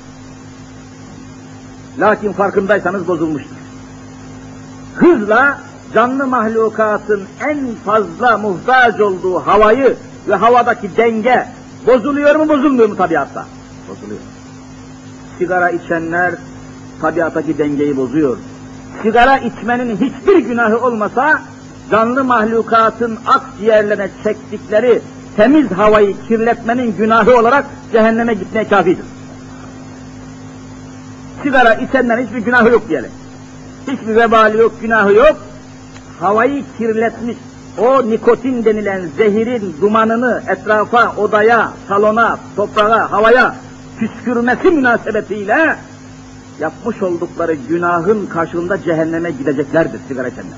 Lakin farkındaysanız bozulmuştur. Hızla canlı mahlukatın en fazla muhtaç olduğu havayı ve havadaki denge bozuluyor mu bozulmuyor mu tabiatta? Bozuluyor. Sigara içenler tabiattaki dengeyi bozuyor. Sigara içmenin hiçbir günahı olmasa canlı mahlukatın akciğerlerine çektikleri temiz havayı kirletmenin günahı olarak cehenneme gitmeye kafidir. Sigara içenlerin hiçbir günahı yok diyelim. Hiçbir vebali yok, günahı yok. Havayı kirletmiş, o nikotin denilen zehirin dumanını etrafa, odaya, salona, toprağa, havaya püskürmesi münasebetiyle yapmış oldukları günahın karşılığında cehenneme gideceklerdir sigara içenler.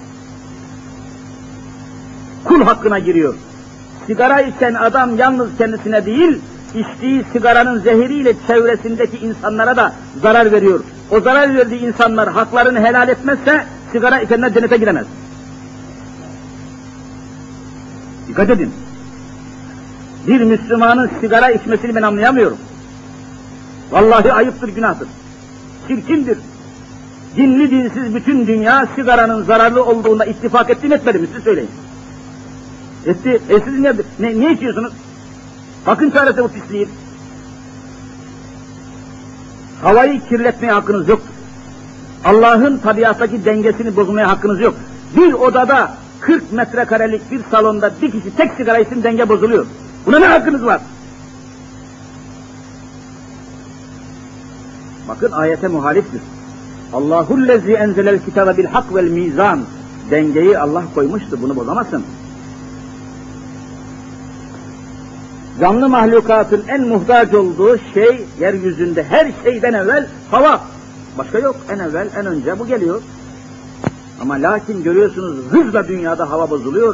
Kul hakkına giriyor. Sigara içen adam yalnız kendisine değil, içtiği sigaranın zehiriyle çevresindeki insanlara da zarar veriyor. O zarar verdiği insanlar haklarını helal etmezse sigara içenler cennete giremez. Dikkat edin. Bir Müslümanın sigara içmesini ben anlayamıyorum. Vallahi ayıptır, günahtır. Çirkindir. Dinli dinsiz bütün dünya sigaranın zararlı olduğunda ittifak etti mi etmedi mi? Siz söyleyin. Etti. E siz ne, ne, ne içiyorsunuz? Bakın çaresi bu pisliğin. Havayı kirletmeye hakkınız yok. Allah'ın tabiattaki dengesini bozmaya hakkınız yok. Bir odada kırk metrekarelik bir salonda bir kişi tek sigara içsin, denge bozuluyor. Buna ne hakkınız var? Bakın ayete muhaliftir. Allahullezî enzelel kitâbe bil hak vel mizan. Dengeyi Allah koymuştu, bunu bozamazsın. Canlı mahlukatın en muhtaç olduğu şey, yeryüzünde her şeyden evvel hava. Başka yok, en evvel, en önce bu geliyor. Ama lakin görüyorsunuz hızla dünyada hava bozuluyor.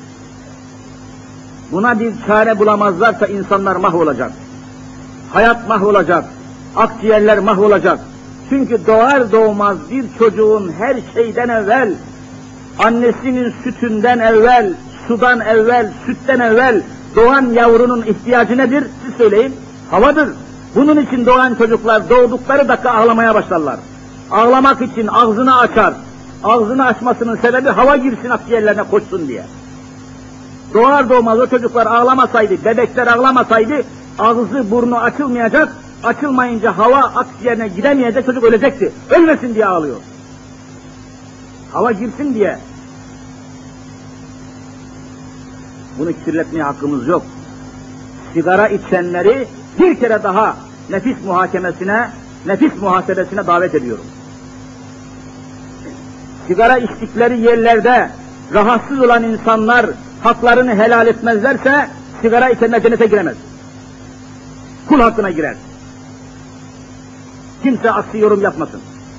Buna bir çare bulamazlarsa insanlar mahvolacak. Hayat mahvolacak. Akciğerler mahvolacak. Çünkü doğar doğmaz bir çocuğun her şeyden evvel, annesinin sütünden evvel, sudan evvel, sütten evvel doğan yavrunun ihtiyacı nedir? Siz söyleyin. Havadır. Bunun için doğan çocuklar doğdukları dakika ağlamaya başlarlar. Ağlamak için ağzını açar. Ağzını açmasının sebebi hava girsin akciğerlerine, koşsun diye. Doğar doğmaz o çocuklar ağlamasaydı, bebekler ağlamasaydı ağzı burnu açılmayacak, açılmayınca hava akciğerine gidemeyecek, çocuk ölecekti. Ölmesin diye ağlıyor. Hava girsin diye. Bunu kirletmeye hakkımız yok. Sigara içenleri bir kere daha nefis muhakemesine, nefis muhasebesine davet ediyorum. Sigara içtikleri yerlerde rahatsız olan insanlar haklarını helal etmezlerse sigara içenler cennete giremez. Kul hakkına girer. Kimse aksi yorum yapmasın.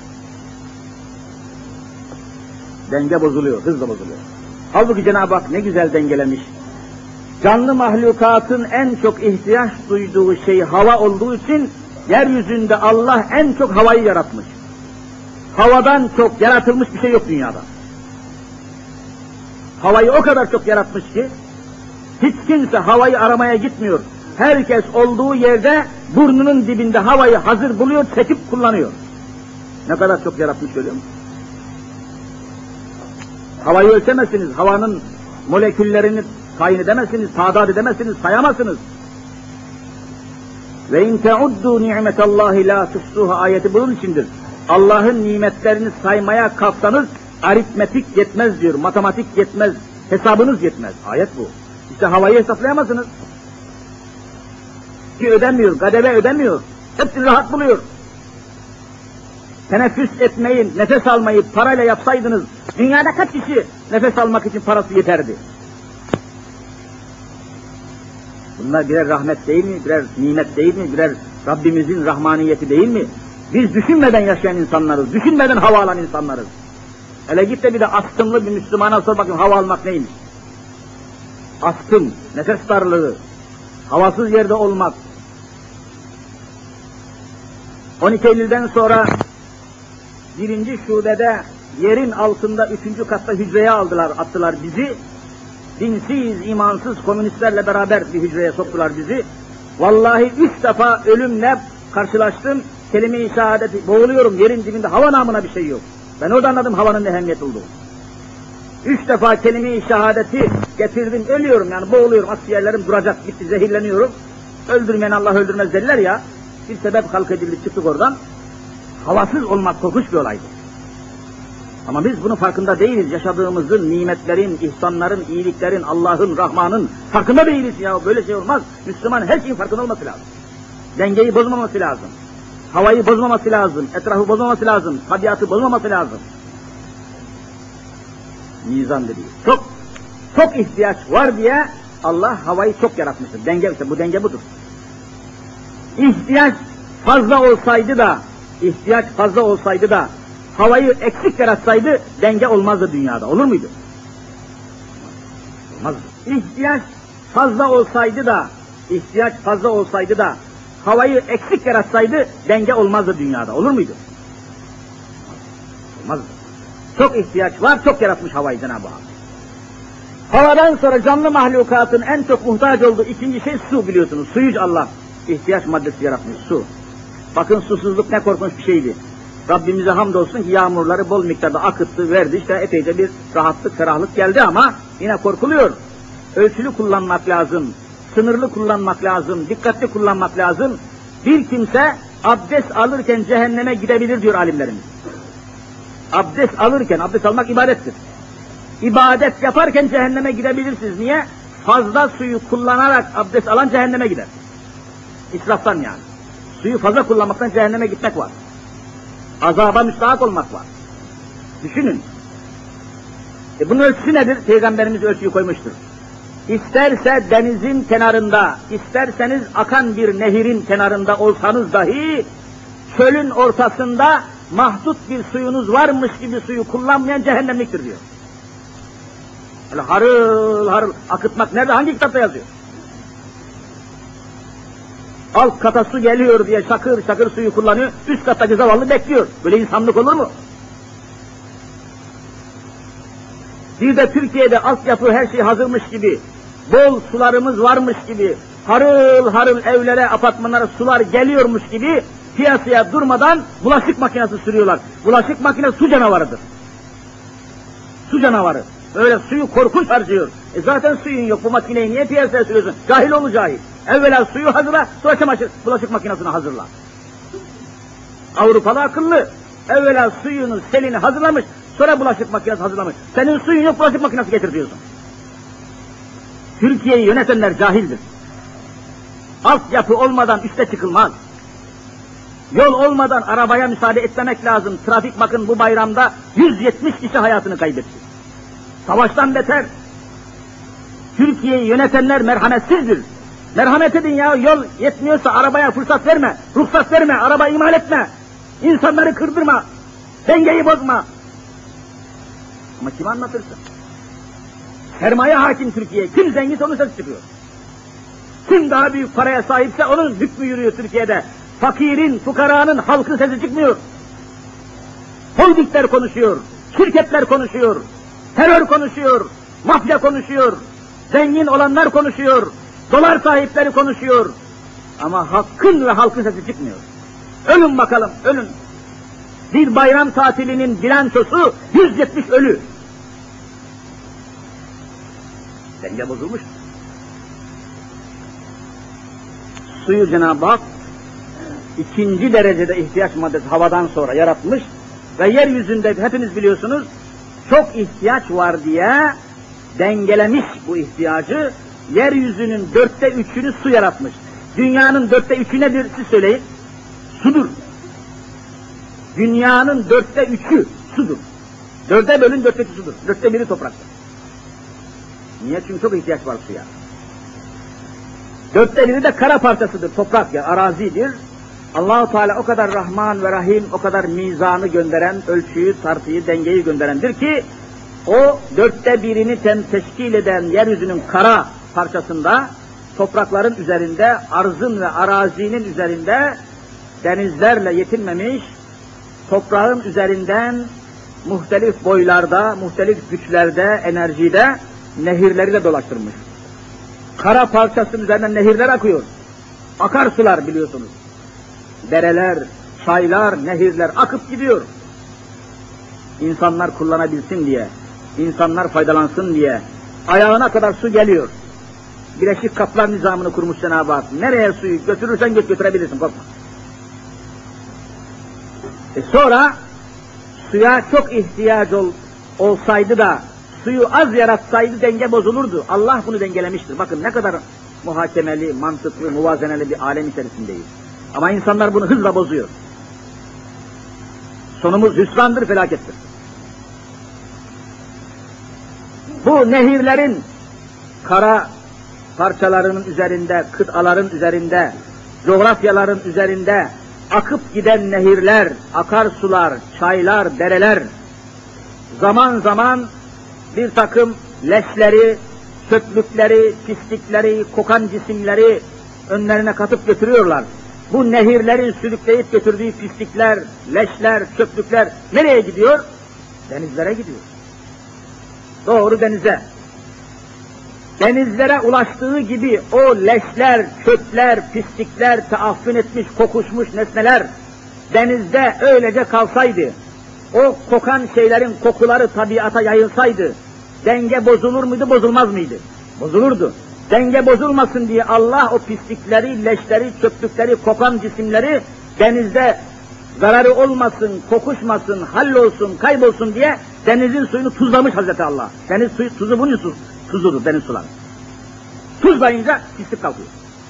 Denge bozuluyor, hızla bozuluyor. Halbuki Cenab-ı Hak ne güzel dengelemiş. Canlı mahlukatın en çok ihtiyaç duyduğu şey hava olduğu için yeryüzünde Allah en çok havayı yaratmış. Havadan çok yaratılmış bir şey yok dünyada. Havayı o kadar çok yaratmış ki hiç kimse havayı aramaya gitmiyor. Herkes olduğu yerde burnunun dibinde havayı hazır buluyor, çekip kullanıyor. Ne kadar çok yaratmış görüyor musun? Havayı ölçemezsiniz, havanın moleküllerini tayin edemezsiniz, tadat edemezsiniz, sayamazsınız. Ve in teuddu ni'metallahi la tuhsuha ayeti bunun içindir. Allah'ın nimetlerini saymaya kalksanız aritmetik yetmez diyor, matematik yetmez, hesabınız yetmez. Ayet bu. İşte havayı hesaplayamazsınız. Ki ödemiyor, gadebe ödemiyor. Hepsini rahat buluyor. Teneffüs etmeyin, nefes almayı parayla yapsaydınız, dünyada kaç kişi nefes almak için parası yeterdi? Bunlar birer rahmet değil mi, birer nimet değil mi, birer Rabbimizin rahmaniyeti değil mi? Biz düşünmeden yaşayan insanlarız, düşünmeden hava alan insanlarız. Hele git de bir de astımlı bir Müslümana sor bakayım hava almak neymiş? Astım, nefes darlığı, havasız yerde olmak. on iki Eylül'den sonra birinci şubede yerin altında üçüncü katta hücreye aldılar, attılar bizi. Dinsiz, imansız komünistlerle beraber bir hücreye soktular bizi. Vallahi üç defa ölümle karşılaştım. Kelime-i şehadeti, boğuluyorum, yerin dibinde hava namına bir şey yok. Ben orada anladım havanın ne ehemmiyet olduğunu. Üç defa kelime-i şehadeti getirdim, ölüyorum yani boğuluyorum, akciğerlerim duracak, gitti, zehirleniyorum. Öldürmeyen Allah öldürmez derler ya, bir sebep halk edildi, çıktık oradan. Havasız olmak korkunç bir olaydı. Ama biz bunun farkında değiliz. Yaşadığımızın, nimetlerin, ihsanların, iyiliklerin, Allah'ın, Rahman'ın farkında değiliz ya. Böyle şey olmaz. Müslüman her şeyin farkında olması lazım. Dengeyi bozmaması lazım. Havayı bozmaması lazım. Etrafı bozmaması lazım. Tabiatı bozmaması lazım. Mizan dediği. Çok, çok ihtiyaç var diye Allah havayı çok yaratmıştır. Denge işte, bu denge budur. İhtiyaç fazla olsaydı da, ihtiyaç fazla olsaydı da, havayı eksik yaratsaydı denge olmazdı dünyada. Olur muydu? Olmazdı. İhtiyaç fazla olsaydı da, ihtiyaç fazla olsaydı da, havayı eksik yaratsaydı denge olmazdı dünyada. Olur muydu? Olmazdı. Çok ihtiyaç var, çok yaratmış havayı Cenab-ı Hak. Havadan sonra canlı mahlukatın en çok muhtaç olduğu ikinci şey su biliyorsunuz. Suyu Allah ihtiyaç maddesi yaratmış, su. Bakın susuzluk ne korkunç bir şeydi. Rabbimize hamdolsun ki yağmurları bol miktarda akıttı, verdi. İşte epeyce bir rahatlık, ferahlık geldi ama yine korkuluyor. Ölçülü kullanmak lazım, sınırlı kullanmak lazım, dikkatli kullanmak lazım. Bir kimse abdest alırken cehenneme gidebilir diyor alimlerimiz. Abdest alırken, abdest almak ibadettir. İbadet yaparken cehenneme gidebilirsiniz. Niye? Fazla suyu kullanarak abdest alan cehenneme gider. İsraftan yani. Suyu fazla kullanmaktan cehenneme gitmek var. Azaba müstahak olmak var. Düşünün. E bunun ölçüsü nedir? Peygamberimiz ölçüyü koymuştur. İsterse denizin kenarında, isterseniz akan bir nehirin kenarında olsanız dahi, çölün ortasında mahdut bir suyunuz varmış gibi suyu kullanmayan cehennemliktir diyor. Öyle harıl harıl akıtmak nerede? Hangi kitapta yazıyor? Alt kata su geliyor diye şakır şakır suyu kullanıyor, üst kattaki zavallı bekliyor. Böyle insanlık olur mu? Bir de Türkiye'de altyapı her şey hazırmış gibi, bol sularımız varmış gibi, harıl harıl evlere, apartmanlara sular geliyormuş gibi piyasaya durmadan bulaşık makinesi sürüyorlar. Bulaşık makinesi su canavarıdır. Su canavarı. Öyle suyu korkunç harcıyor. E zaten suyun yok, bu makineyi niye piyasaya sürüyorsun? Cahil oğlu cahil. Evvela suyu hazırla, sonra çamaşır, bulaşık makinesini hazırla. Avrupalı akıllı. Evvela suyunu, selini hazırlamış, sonra bulaşık makinesi hazırlamış. Senin suyun yok, bulaşık makinesi getir diyorsun. Türkiye'yi yönetenler cahildir. Altyapı olmadan üste çıkılmaz. Yol olmadan arabaya müsaade etmemek lazım. Trafik bakın bu bayramda yüz yetmiş kişi hayatını kaybetti. Savaştan beter. Türkiye'yi yönetenler merhametsizdir. Merhamet edin ya, yol yetmiyorsa arabaya fırsat verme, ruhsat verme, araba imal etme. İnsanları kırdırma, dengeyi bozma. Ama kim anlatırsın? Sermaye hakim Türkiye, kim zenginse onun sesi çıkıyor. Kim daha büyük paraya sahipse onun hükmü yürüyor Türkiye'de. Fakirin, fukaranın, halkın sesi çıkmıyor. Holdingler konuşuyor, şirketler konuşuyor, terör konuşuyor, mafya konuşuyor, zengin olanlar konuşuyor, dolar sahipleri konuşuyor. Ama hakkın ve halkın sesi çıkmıyor. Ölün bakalım, ölün. Bir bayram tatilinin bilançosu yüz yetmiş ölü. Denge bozulmuş. Suyu Cenab-ı Hak ikinci derecede ihtiyaç maddesi havadan sonra yaratmış ve yeryüzünde hepiniz biliyorsunuz çok ihtiyaç var diye dengelemiş bu ihtiyacı. Yeryüzünün dörtte üçünü su yaratmış. Dünyanın dörtte üçü nedir siz söyleyin? Sudur. Dünyanın dörtte üçü sudur. Dörde bölün dörtte üçü sudur. Dörtte biri topraktır. Niye? Çünkü çok ihtiyaç var suya. Dörtte biri de kara parçasıdır, toprak ya, arazidir. Allah-u Teala o kadar Rahman ve Rahim, o kadar mizanı gönderen, ölçüyü, tartıyı, dengeyi gönderendir ki o dörtte birini tem teşkil eden yeryüzünün kara parçasında, toprakların üzerinde, arzın ve arazinin üzerinde denizlerle yetinmemiş, toprağın üzerinden muhtelif boylarda, muhtelif güçlerde, enerjide nehirleri de dolaştırmış. Kara parçasının üzerinden nehirler akıyor. Akarsular biliyorsunuz. Dereler, çaylar, nehirler akıp gidiyor. İnsanlar kullanabilsin diye, insanlar faydalansın diye ayağına kadar su geliyor. Bileşik kaplar nizamını kurmuş Cenab-ı Hak. Nereye suyu götürürsen göt götürebilirsin, korkma. E sonra suya çok ihtiyaç ol, olsaydı da suyu az yaratsaydı denge bozulurdu. Allah bunu dengelemiştir. Bakın ne kadar muhakemeli, mantıklı, muvazeneli bir alem içerisindeyiz. Ama insanlar bunu hızla bozuyor. Sonumuz hüsrandır, felakettir. Bu nehirlerin kara parçalarının üzerinde, kıtaların üzerinde, coğrafyaların üzerinde akıp giden nehirler, akarsular, çaylar, dereler zaman zaman bir takım leşleri, çöplükleri, pislikleri, kokan cisimleri önlerine katıp götürüyorlar. Bu nehirlerin sürükleyip götürdüğü pislikler, leşler, çöplükler nereye gidiyor? Denizlere gidiyor. Doğru denize. Denizlere ulaştığı gibi o leşler, çöpler, pislikler, taaffün etmiş, kokuşmuş nesneler denizde öylece kalsaydı, o kokan şeylerin kokuları tabiata yayılsaydı, denge bozulur muydu, bozulmaz mıydı? Bozulurdu. Denge bozulmasın diye Allah o pislikleri, leşleri, çöplükleri, kokan cisimleri denizde zararı olmasın, kokuşmasın, hallolsun, kaybolsun diye denizin suyunu tuzlamış Hazreti Allah. Deniz suyu, tuzu bunun su, tuzudur deniz suları. Tuzlayınca pislik kalkıyor.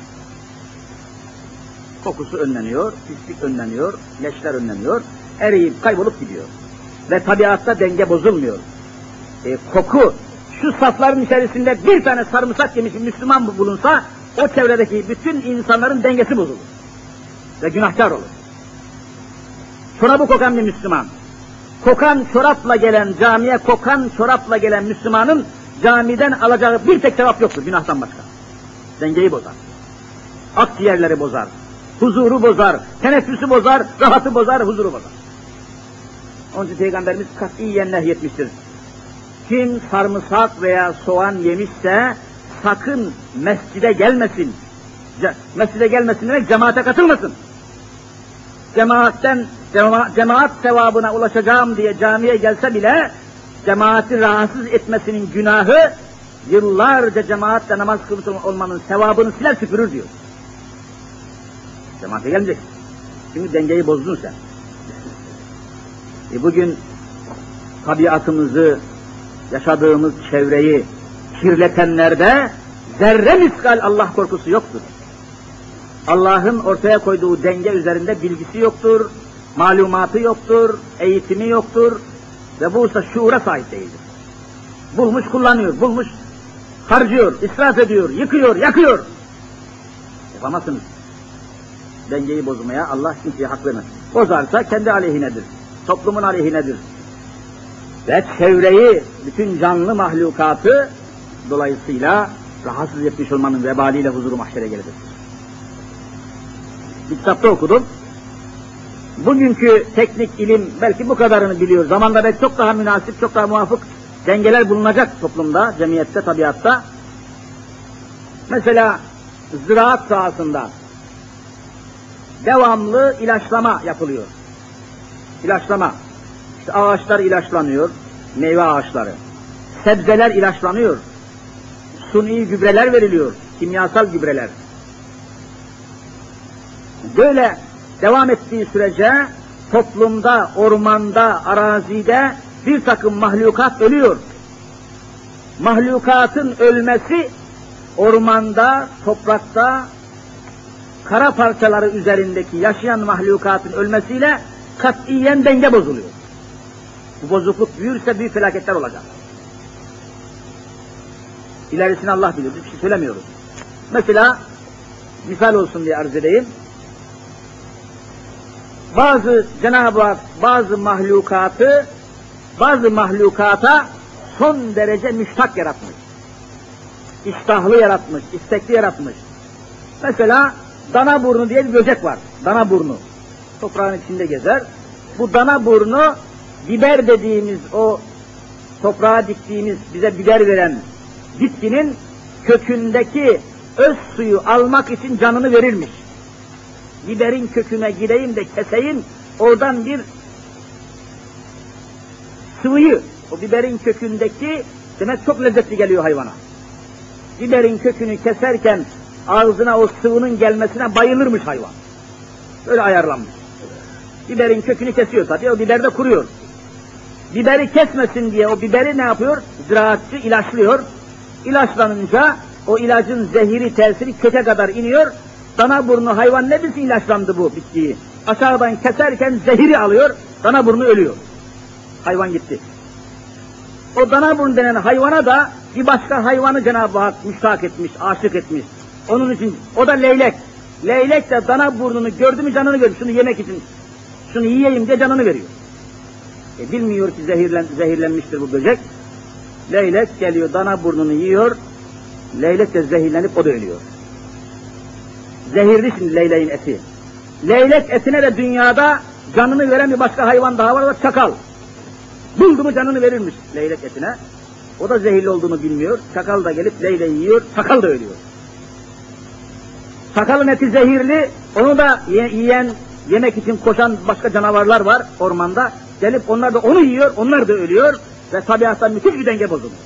Kokusu önleniyor, pislik önleniyor, leşler önleniyor, eriyip kaybolup gidiyor. Ve tabiatta denge bozulmuyor. E, koku, şu safların içerisinde bir tane sarımsak yemiş bir Müslüman bulunsa, o çevredeki bütün insanların dengesi bozulur. Ve günahkar olur. Çorabı kokan bir Müslüman, kokan çorapla gelen, camiye kokan çorapla gelen Müslümanın camiden alacağı bir tek sevap yoktur günahtan başka. Dengeyi bozar. Akciğerleri bozar. Huzuru bozar. Teneffüsü bozar. Rahatı bozar. Huzuru bozar. Onun için Peygamberimiz katiyen nehyetmiştir. Kim sarımsak veya soğan yemişse sakın mescide gelmesin. Ce mescide gelmesin demek cemaate katılmasın. Cemaatten, cema cemaat sevabına ulaşacağım diye camiye gelse bile cemaati rahatsız etmesinin günahı yıllarca cemaatle namaz kılmış olmanın sevabını siler süpürür diyor. Cemaate gelmeyeceksin. Çünkü dengeyi bozdun sen. E bugün tabiatımızı, yaşadığımız çevreyi kirletenlerde zerre miskal Allah korkusu yoktur. Allah'ın ortaya koyduğu denge üzerinde bilgisi yoktur, malumatı yoktur, eğitimi yoktur ve bu ise şuura sahip değildir. Bulmuş kullanıyor, bulmuş harcıyor, israf ediyor, yıkıyor, yakıyor. Yapamazsınız. Dengeyi bozmaya Allah kimseye hak vermez. Bozarsa kendi aleyhinedir, toplumun aleyhinedir. Ve çevreyi, bütün canlı mahlukatı dolayısıyla rahatsız etmiş olmanın vebaliyle huzuru mahşere gelecektir. Bir kitapta okudum. Bugünkü teknik ilim belki bu kadarını biliyor. Zamanda belki çok daha münasip, çok daha muvafık dengeler bulunacak toplumda, cemiyette, tabiatta. Mesela ziraat sahasında devamlı ilaçlama yapılıyor. İlaçlama. İşte ağaçlar ilaçlanıyor, meyve ağaçları. Sebzeler ilaçlanıyor. Suni gübreler veriliyor, kimyasal gübreler. Böyle devam ettiği sürece toplumda, ormanda, arazide bir takım mahlukat ölüyor. Mahlukatın ölmesi ormanda, toprakta, kara parçaları üzerindeki yaşayan mahlukatın ölmesiyle katiyen denge bozuluyor. Bu bozukluk büyürse büyük felaketler olacak. İlerisini Allah bilir, bir şey söylemiyoruz. Mesela, misal olsun diye arz edeyim. Bazı Cenab-ı Hak bazı mahlukatı, bazı mahlukata son derece müştak yaratmış. İştahlı yaratmış, istekli yaratmış. Mesela dana burnu diye bir böcek var. Dana burnu. Toprağın içinde gezer. Bu dana burnu biber dediğimiz o toprağa diktiğimiz bize biber veren bitkinin kökündeki öz suyu almak için canını verirmiş. Biberin köküne gireyim de keseyim, oradan bir sıvıyı, o biberin kökündeki, demek çok lezzetli geliyor hayvana. Biberin kökünü keserken ağzına o sıvının gelmesine bayılırmış hayvan. Böyle ayarlanmış. Biberin kökünü kesiyor tabii, o biber de kuruyor. biberi kesmesin diye o biberi ne yapıyor? Ziraatçı ilaçlıyor. İlaçlanınca o ilacın zehiri, tesiri köke kadar iniyor. Dana burnu hayvan ne bilsin ilaçlandı bu bitkiyi. Aşağıdan keserken zehiri alıyor, dana burnu ölüyor. Hayvan gitti. O dana burnu denen hayvana da bir başka hayvanı Cenab-ı Hak müştak etmiş, aşık etmiş. Onun için o da leylek. Leylek de dana burnunu gördü mü canını veriyor. Şunu yemek için, şunu yiyeyim diye canını veriyor. E bilmiyor ki zehirlen, zehirlenmiştir bu böcek. Leylek geliyor, dana burnunu yiyor. Leylek de zehirlenip o da ölüyor. Zehirli şimdi leyleğin eti. Leylek etine de dünyada canını veren bir başka hayvan daha var, o da çakal. Buldu mu canını verirmiş leylek etine. O da zehirli olduğunu bilmiyor. Çakal da gelip leyleği yiyor, çakal da ölüyor. Çakalın eti zehirli, onu da yiyen, yemek için koşan başka canavarlar var ormanda. Gelip onlar da onu yiyor, onlar da ölüyor ve tabiatta müthiş bir denge bozuluyor.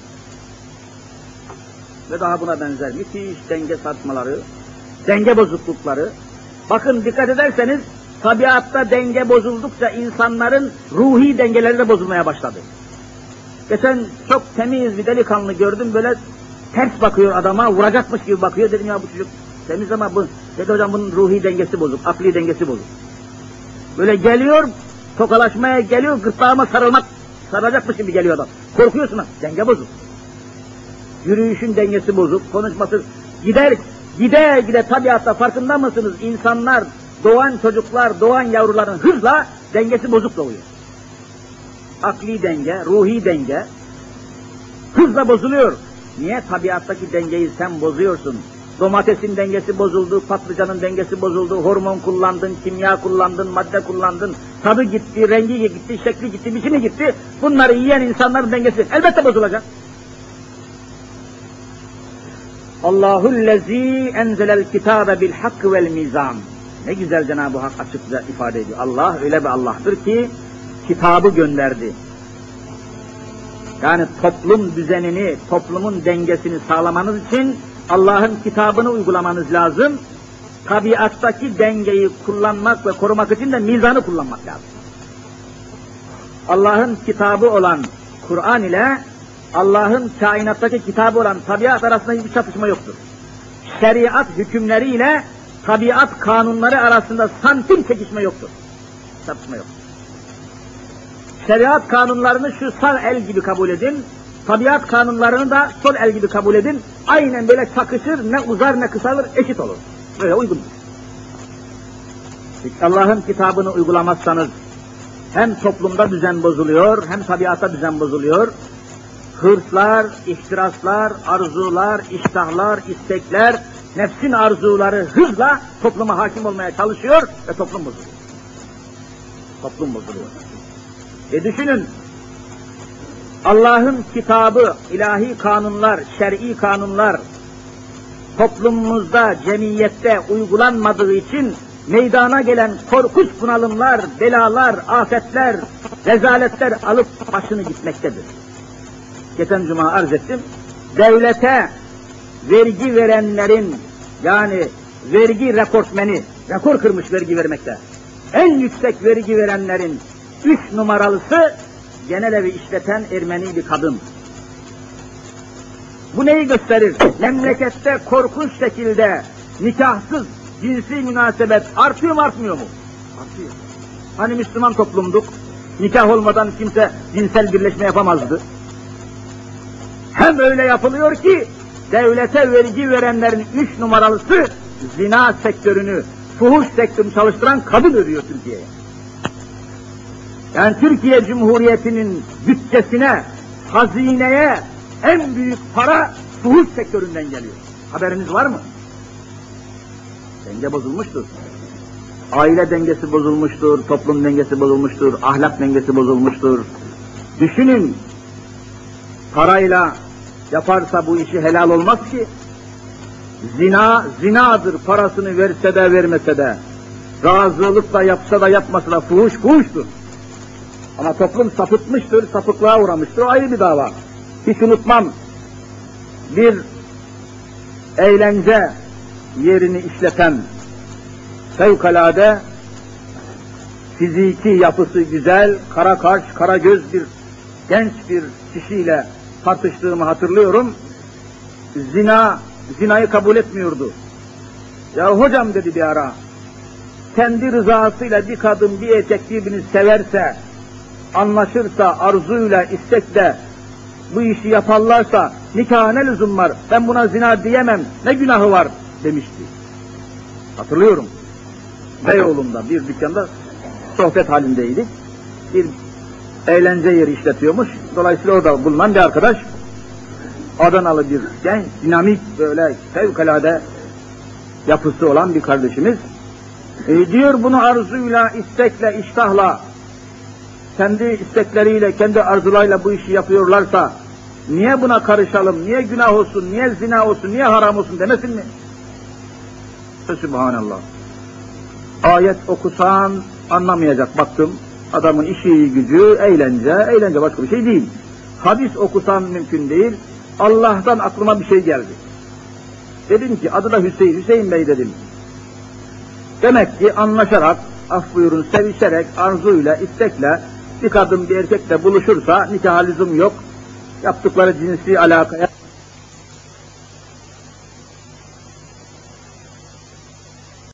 Ve daha buna benzer müthiş denge sarsmaları, denge bozuklukları. Bakın dikkat ederseniz tabiatta denge bozuldukça insanların ruhi dengeleri de bozulmaya başladı. Geçen çok temiz bir delikanlı gördüm, böyle ters bakıyor adama, vuracakmış gibi bakıyor. Dedim ya bu çocuk temiz ama bu, dedi hocam bunun ruhi dengesi bozuk, akli dengesi bozuk. Böyle geliyor, tokalaşmaya geliyor, gırtlağıma sarılmak, sarılacakmış gibi geliyor adam. Korkuyorsun ha, denge bozuk. Yürüyüşün dengesi bozuk, konuşması, gider, gide gide tabiatta farkında mısınız? İnsanlar, doğan çocuklar, doğan yavruların hızla dengesi bozuk doğuyor. Akli denge, ruhi denge hızla bozuluyor. Niye? Tabiattaki dengeyi sen bozuyorsun. Domatesin dengesi bozuldu, patlıcanın dengesi bozuldu, hormon kullandın, kimya kullandın, madde kullandın, tadı gitti, rengi gitti, şekli gitti, biçimi gitti. Bunları yiyen insanların dengesi elbette bozulacak. Allahu'llezî enzelel kitâbe bil hakkı vel mizân. Ne güzel Cenab-ı Hak açıkça ifade ediyor. Allah öyle bir Allah'tır ki kitabı gönderdi. Yani toplum düzenini, toplumun dengesini sağlamanız için Allah'ın kitabını uygulamanız lazım. Tabiattaki dengeyi kullanmak ve korumak için de mizanı kullanmak lazım. Allah'ın kitabı olan Kur'an ile Allah'ın kainattaki kitabı olan tabiat arasında hiçbir çatışma yoktur. Şeriat hükümleriyle tabiat kanunları arasında santim çekişme yoktur. Çatışma yoktur. Şeriat kanunlarını şu sağ el gibi kabul edin, tabiat kanunlarını da sol el gibi kabul edin. Aynen böyle çakışır, ne uzar ne kısalır, eşit olur. Böyle uygundur. Allah'ın kitabını uygulamazsanız hem toplumda düzen bozuluyor, hem tabiatta düzen bozuluyor. Hırslar, ihtiraslar, arzular, iştahlar, istekler, nefsin arzuları hızla topluma hakim olmaya çalışıyor ve toplum bozuluyor. Toplum bozuluyor. E düşünün, Allah'ın kitabı, ilahi kanunlar, şer'i kanunlar toplumumuzda, cemiyette uygulanmadığı için meydana gelen korkunç bunalımlar, belalar, afetler, rezaletler alıp başını gitmektedir. Geçen cuma arz ettim, devlete vergi verenlerin, yani vergi rekortmeni, rekor kırmış vergi vermekte, en yüksek vergi verenlerin üç numaralısı genel evi işleten Ermeni bir kadın. Bu neyi gösterir? Memlekette korkunç şekilde nikahsız cinsi münasebet artıyor mu artmıyor mu? Artıyor. Hani Müslüman toplumduk, nikah olmadan kimse cinsel birleşme yapamazdı. Hem öyle yapılıyor ki devlete vergi verenlerin üç numaralısı zina sektörünü, fuhuş sektörünü çalıştıran kadın ödüyor Türkiye'ye. Yani Türkiye Cumhuriyeti'nin bütçesine, hazineye en büyük para fuhuş sektöründen geliyor. Haberiniz var mı? Denge bozulmuştur. Aile dengesi bozulmuştur, toplum dengesi bozulmuştur, ahlak dengesi bozulmuştur. Düşünün, parayla yaparsa bu işi helal olmaz ki. Zina, zinadır, parasını verse de vermese de. Razılıkla yapsa da yapmasa da fuhuş, fuhuştur. Ama toplum sapıtmıştır, sapıklığa uğramıştır, o ayrı bir dava. Hiç unutmam, bir eğlence yerini işleten, fevkalade fiziki yapısı güzel, kara kaş, kara göz bir genç bir kişiyle tartıştığımı hatırlıyorum. Zina, zinayı kabul etmiyordu. Ya hocam dedi bir ara, kendi rızasıyla bir kadın bir erkek birbirini severse, anlaşırsa, arzuyla, istekle bu işi yaparlarsa nikaha ne lüzum var? Ben buna zina diyemem, ne günahı var demişti. Hatırlıyorum. Beyoğlu'nda bir dükkanda sohbet halindeydik. Bir eğlence yeri işletiyormuş. Dolayısıyla orada bulunan bir arkadaş, Adanalı bir genç, dinamik, böyle fevkalade yapısı olan bir kardeşimiz. E, diyor bunu arzuyla, istekle, iştahla, kendi istekleriyle, kendi arzularıyla bu işi yapıyorlarsa niye buna karışalım, niye günah olsun, niye zina olsun, niye haram olsun demesin mi? Sübhanallah. Ayet okusan anlamayacak baktım. Adamın işi, gücü, eğlence, eğlence başka bir şey değil. Hadis okusan mümkün değil. Allah'tan aklıma bir şey geldi. Dedim ki adı da Hüseyin, Hüseyin Bey dedim. Demek ki anlaşarak, af buyurun, sevişerek, arzuyla, istekle bir kadın bir erkekle buluşursa nikaha lüzum yok. Yaptıkları cinsi alakaya